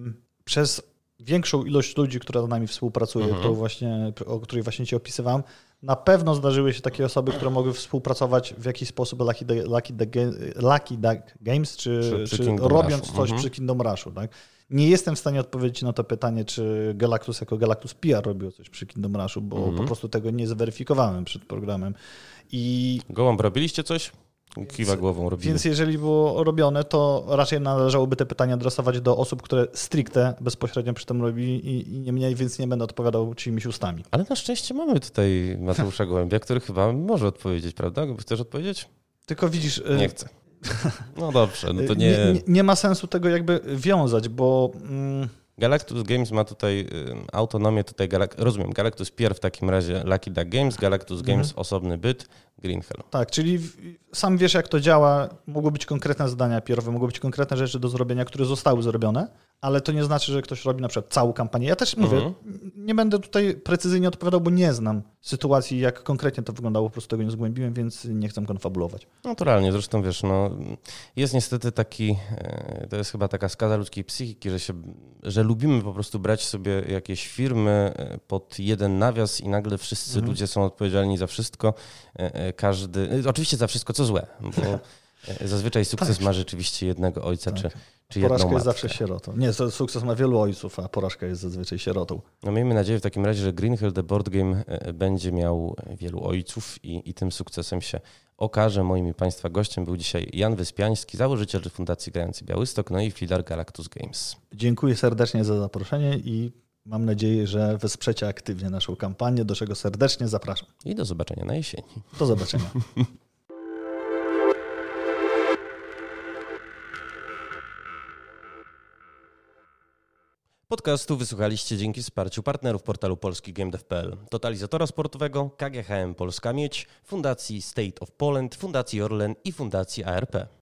przez większą ilość ludzi, która z nami współpracuje, o której właśnie ci opisywałem, Na pewno zdarzyły się takie osoby, które mogły współpracować w jakiś sposób Lucky Duck Games, czy robiąc coś przy Kingdom Rushu. Tak? Nie jestem w stanie odpowiedzieć na to pytanie, czy Galactus jako Galactus PR robiło coś przy Kingdom Rushu, bo po prostu tego nie zweryfikowałem przed programem. Gołąb, robiliście coś? Kiwa głową robili. Więc jeżeli było robione, to raczej należałoby te pytania adresować do osób, które stricte bezpośrednio przy tym robili i nie mniej, więc nie będę odpowiadał czyimiś ustami. Ale na szczęście mamy tutaj Mateusza Gołębia, który chyba może odpowiedzieć, prawda? Chcesz odpowiedzieć? Tylko widzisz... Nie chcę. No dobrze, no to nie ma sensu tego jakby wiązać, bo... Galactus Games ma tutaj autonomię, rozumiem, Galactus Pier w takim razie Lucky Duck Games, Galactus Games osobny byt, Green Hell. Tak, czyli sam wiesz jak to działa, mogły być konkretne zadania PR-owe, mogły być konkretne rzeczy do zrobienia, które zostały zrobione, ale to nie znaczy, że ktoś robi na przykład całą kampanię. Ja też mówię, nie będę tutaj precyzyjnie odpowiadał, bo nie znam sytuacji, jak konkretnie to wyglądało, po prostu tego nie zgłębiłem, więc nie chcę konfabulować. Naturalnie, zresztą wiesz, no, jest niestety to jest chyba taka skaza ludzkiej psychiki, że lubimy po prostu brać sobie jakieś firmy pod jeden nawias i nagle wszyscy ludzie są odpowiedzialni za wszystko, oczywiście za wszystko, co złe, bo zazwyczaj sukces ma rzeczywiście jednego ojca czy jedną matkę. Porażka jest zawsze sierotą. Nie, sukces ma wielu ojców, a porażka jest zazwyczaj sierotą. No miejmy nadzieję w takim razie, że Green Hell The Board Game będzie miał wielu ojców i tym sukcesem się okaże. Moim i Państwa gościem był dzisiaj Jan Wyspiański, założyciel Fundacji Grający Białystok, no i filar Galactus Games. Dziękuję serdecznie za zaproszenie i mam nadzieję, że wesprzecie aktywnie naszą kampanię, do czego serdecznie zapraszam. I do zobaczenia na jesieni. Do zobaczenia. Podcastu wysłuchaliście dzięki wsparciu partnerów portalu polskigame.pl, Totalizatora Sportowego, KGHM Polska Miedź, Fundacji State of Poland, Fundacji Orlen i Fundacji ARP.